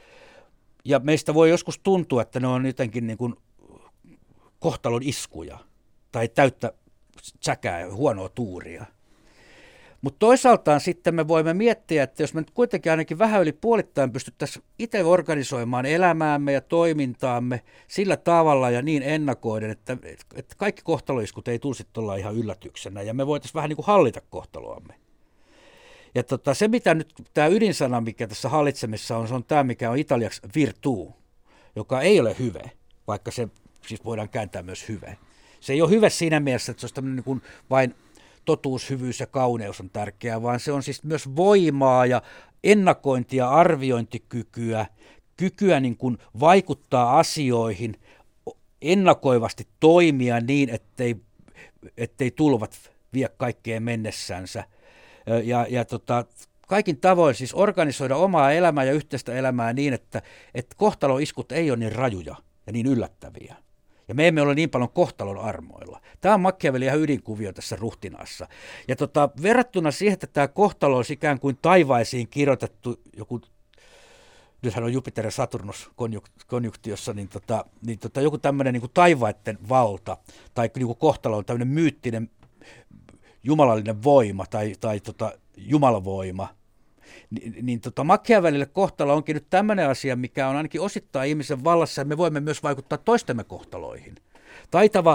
C: ja meistä voi joskus tuntua, että ne on jotenkin niin kuin kohtalon iskuja tai täyttä säkää ja huonoa tuuria. Mutta toisaaltaan sitten me voimme miettiä, että jos me nyt kuitenkin ainakin vähän yli puolittain pystyttäisiin itse organisoimaan elämäämme ja toimintaamme sillä tavalla ja niin ennakoiden, että, että kaikki kohtaloiskut ei tulisi olla ihan yllätyksenä ja me voitaisiin vähän niin kuin hallita kohtaloamme. Ja tota, se, mitä nyt tämä ydinsana, mikä tässä hallitsemissa on, se on tämä, mikä on italiaksi virtu, joka ei ole hyve, vaikka se siis voidaan kääntää myös hyve. Se ei ole hyve siinä mielessä, että se olisi tämmöinen niin kuin vain totuus, hyvyys ja kauneus on tärkeää, vaan se on siis myös voimaa ja ennakointia, arviointikykyä, kykyä niin kuin vaikuttaa asioihin, ennakoivasti toimia niin, ettei, ettei tulvat vie kaikkeen mennessänsä. Ja, ja tota, kaikin tavoin siis organisoida omaa elämää ja yhteistä elämää niin, että, että kohtaloiskut ei ole niin rajuja ja niin yllättäviä. Ja me emme ole niin paljon kohtalon armoilla. Tämä on Machiavellin ihan ydinkuvio tässä Ruhtinaassa. Ja tota, verrattuna siihen, että tämä kohtalo olisi ikään kuin taivaisiin kirjoitettu joku, nythän on Jupiter ja Saturnus konjunktiossa, niin, tota, niin tota, joku tämmöinen niin kuin taivaitten valta tai niin kuin kohtalo on tämmöinen myyttinen jumalallinen voima tai, tai tota, jumalavoima. Ni, niin tota, Machiavellille kohtalo onkin nyt tämmöinen asia, mikä on ainakin osittain ihmisen vallassa, ja me voimme myös vaikuttaa toistemme kohtaloihin. Taitava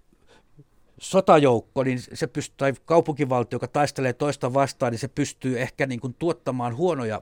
C: sotajoukko, niin se pystyy, tai kaupunkivaltio, joka taistelee toista vastaan, niin se pystyy ehkä niin kuin tuottamaan huonoja,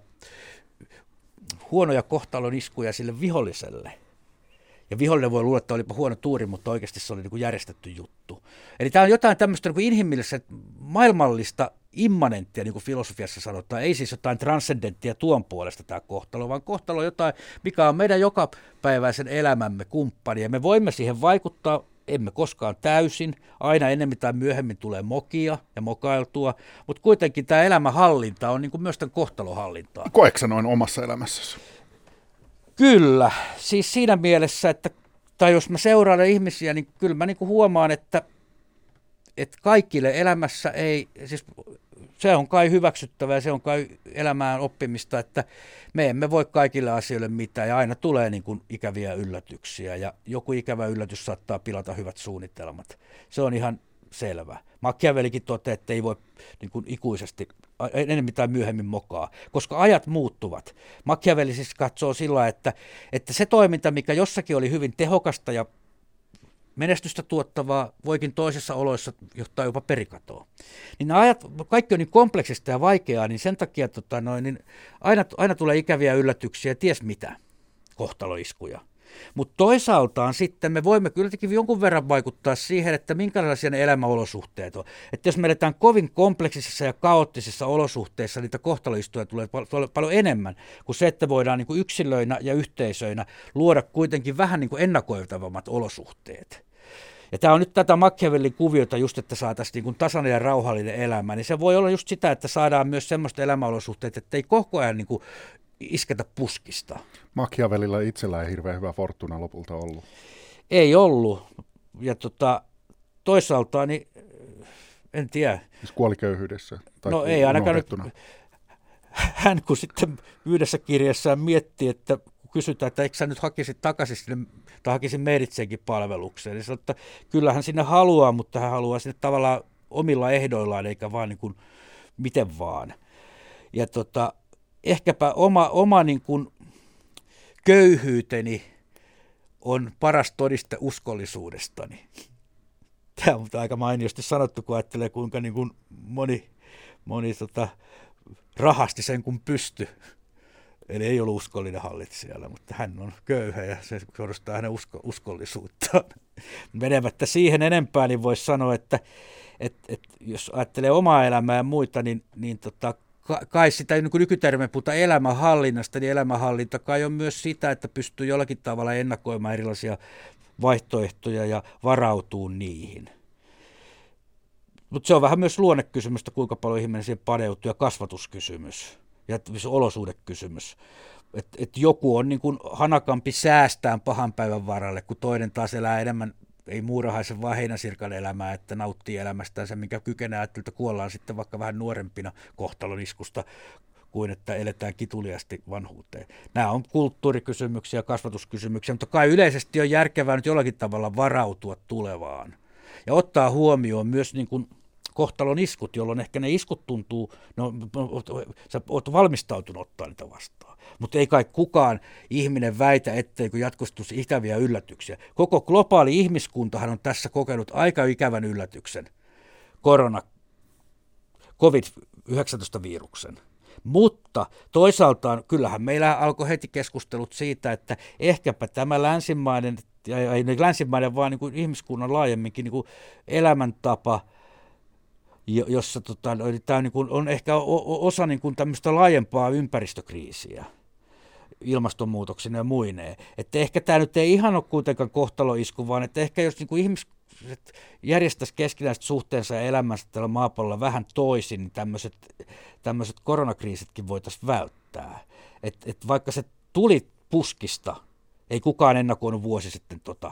C: huonoja kohtalon iskuja sille viholliselle. Ja vihollinen voi luulla, että olipa huono tuuri, mutta oikeasti se oli niin kuin järjestetty juttu. Eli tämä on jotain tämmöistä niin kuin inhimillistä, maailmallista immanenttia, niin kuin filosofiassa sanotaan. Ei siis jotain transcendenttia tuon puolesta tämä kohtalo, vaan kohtalo on jotain, mikä on meidän jokapäiväisen elämämme kumppani. Ja me voimme siihen vaikuttaa, emme koskaan täysin. Aina enemmän tai myöhemmin tulee mokia ja mokailtua. Mutta kuitenkin tämä elämänhallinta on niin kuin myös tämän kohtalohallintaa.
B: Koetko sä noin omassa elämässäsi?
C: Kyllä, siis siinä mielessä, että, tai jos mä seuraan ihmisiä, niin kyllä mä niin kuin huomaan, että, että kaikille elämässä ei, siis se on kai hyväksyttävää, se on kai elämään oppimista, että me emme voi kaikille asioille mitään ja aina tulee niin kuin ikäviä yllätyksiä ja joku ikävä yllätys saattaa pilata hyvät suunnitelmat. Se on ihan selvä. Machiavellikin toteaa, että ei voi niin kuin ikuisesti, enemmän tai myöhemmin mokaa, koska ajat muuttuvat. Machiavelli siis katsoo sillä, että, että se toiminta, mikä jossakin oli hyvin tehokasta ja menestystä tuottavaa, voikin toisessa oloissa johtaa jopa perikatoa. Niin nämä ajat, kaikki on niin kompleksista ja vaikeaa, niin sen takia tota noin, niin aina, aina tulee ikäviä yllätyksiä, ties mitä, kohtaloiskuja. Mutta toisaaltaan sitten me voimme kylläkin jonkun verran vaikuttaa siihen, että minkälaisia ne elämäolosuhteet on. Että jos me eletään kovin kompleksisissa ja kaoottisissa olosuhteissa, niitä kohtaloistuja tulee pal- paljon enemmän kuin se, että voidaan niin kuin yksilöinä ja yhteisöinä luoda kuitenkin vähän niin kuin ennakoitavammat olosuhteet. Ja tämä on nyt tätä Machiavellin kuviota just, että saataisiin niin kuin tasainen ja rauhallinen elämä, niin se voi olla just sitä, että saadaan myös semmoista elämäolosuhteet, että ei koko ajan niin kuin isketä puskista.
B: Machiavellilla itsellään ei hirveän hyvä fortuna lopulta ollut.
C: Ei ollut. Ja tota, toisaalta, niin en tiedä.
B: Siis kuoli köyhyydessä? Tai
C: no ei ainakaan nyt. Hän kun sitten yhdessä kirjassaan miettii, että kun kysytään, että eikö sä nyt hakisit takaisin sinne, tai hakisin meiditseenkin palvelukseen, niin sanoo, että kyllähän sinne haluaa, mutta hän haluaa sinne tavallaan omilla ehdoillaan, eikä vaan niin kuin miten vaan. Ja tota, ehkäpä oma, oma niin kuin köyhyyteni on paras todiste uskollisuudestani. Tämä on aika mainiosti sanottu, kun ajattelee, kuinka niin kuin moni, moni tota, rahasti sen kun pysty. Eli ei ollut uskollinen hallitsijalla, mutta hän on köyhä ja se korostaa hänen usko, uskollisuuttaan. Menemättä siihen enempää, niin voisi sanoa, että et, et, jos ajattelee omaa elämää ja muita, niin, niin tota, kai sitä niin kuin nykytermeen puhutaan elämänhallinnasta, niin elämänhallinta kai on myös sitä, että pystyy jollakin tavalla ennakoimaan erilaisia vaihtoehtoja ja varautuu niihin. Mutta se on vähän myös luonnekysymystä, kuinka paljon ihminen siihen paneutuu, ja kasvatuskysymys ja olosuhdekysymys. Että et joku on niin kuin hanakampi säästään pahan päivän varalle, kun toinen taas elää enemmän, ei muurahaisen vaan heinäsirkan elämää, että nauttii elämästään se, minkä kykenee ajattelua, että kuollaan sitten vaikka vähän nuorempina kohtalon iskusta kuin että eletään kituliasti vanhuuteen. Nämä on kulttuurikysymyksiä, kasvatuskysymyksiä, mutta kai yleisesti on järkevää nyt jollakin tavalla varautua tulevaan ja ottaa huomioon myös niin kuin kohtalon iskut, jolloin ehkä ne iskut tuntuu, no sä oot valmistautunut ottaa niitä vastaan. Mutta ei kai kukaan ihminen väitä, etteikö jatkostuisi ikäviä yllätyksiä. Koko globaali ihmiskuntahan on tässä kokenut aika ikävän yllätyksen, korona, covid yhdeksäntoista-viruksen. Mutta toisaalta kyllähän meillä alkoi heti keskustelut siitä, että ehkäpä tämä länsimainen, ei länsimainen vaan niin kuin ihmiskunnan laajemminkin niin kuin elämäntapa, jossa tota, tämä niin kuin on ehkä osa niin kuin tämmöistä laajempaa ympäristökriisiä ilmastonmuutoksen ja muineen. Että ehkä tämä nyt ei ihan ole kuitenkaan kohtaloisku, vaan että ehkä jos niin kuin ihmiset järjestäisi keskinäiset suhteensa ja elämänsä tällä maapallolla vähän toisin, niin tämmöiset, tämmöiset koronakriisitkin voitaisiin välttää. Et, et vaikka se tuli puskista, ei kukaan ennakoinut vuosi sitten tota,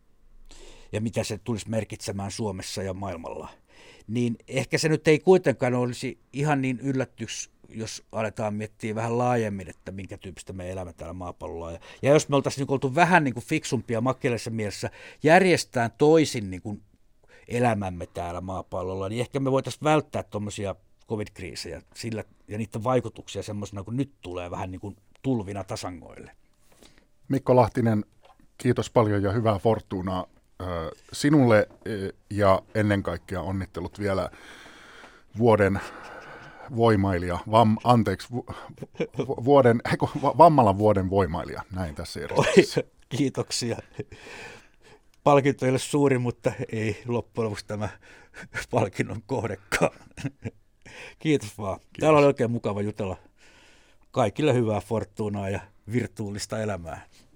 C: ja mitä se tulisi merkitsemään Suomessa ja maailmalla, niin ehkä se nyt ei kuitenkaan olisi ihan niin yllätys, jos aletaan miettiä vähän laajemmin, että minkä tyyppistä me elämme täällä maapallolla. Ja, ja jos me oltaisiin niin oltu vähän niin kuin fiksumpia makkeleissa mielessä järjestään toisin niin kuin elämämme täällä maapallolla, niin ehkä me voitaisiin välttää tuommoisia covid-kriisejä sillä, ja niiden vaikutuksia semmoisena, kun nyt tulee vähän niin kuin tulvina tasangoille.
B: Mikko Lahtinen, kiitos paljon ja hyvää fortuunaa sinulle ja ennen kaikkea onnittelut vielä vuoden voimailija, vam, anteeksi, vu, vuoden, Vammalan vuoden voimailija, näin tässä järjestyksessä.
C: Kiitoksia. Palkinto ei ole suuri, mutta ei loppujen lopuksi tämä palkinnon kohdekaan. Kiitos vaan. Kiitos. Täällä oli oikein mukava jutella. Kaikille hyvää fortuunaa ja virtuaalista elämää.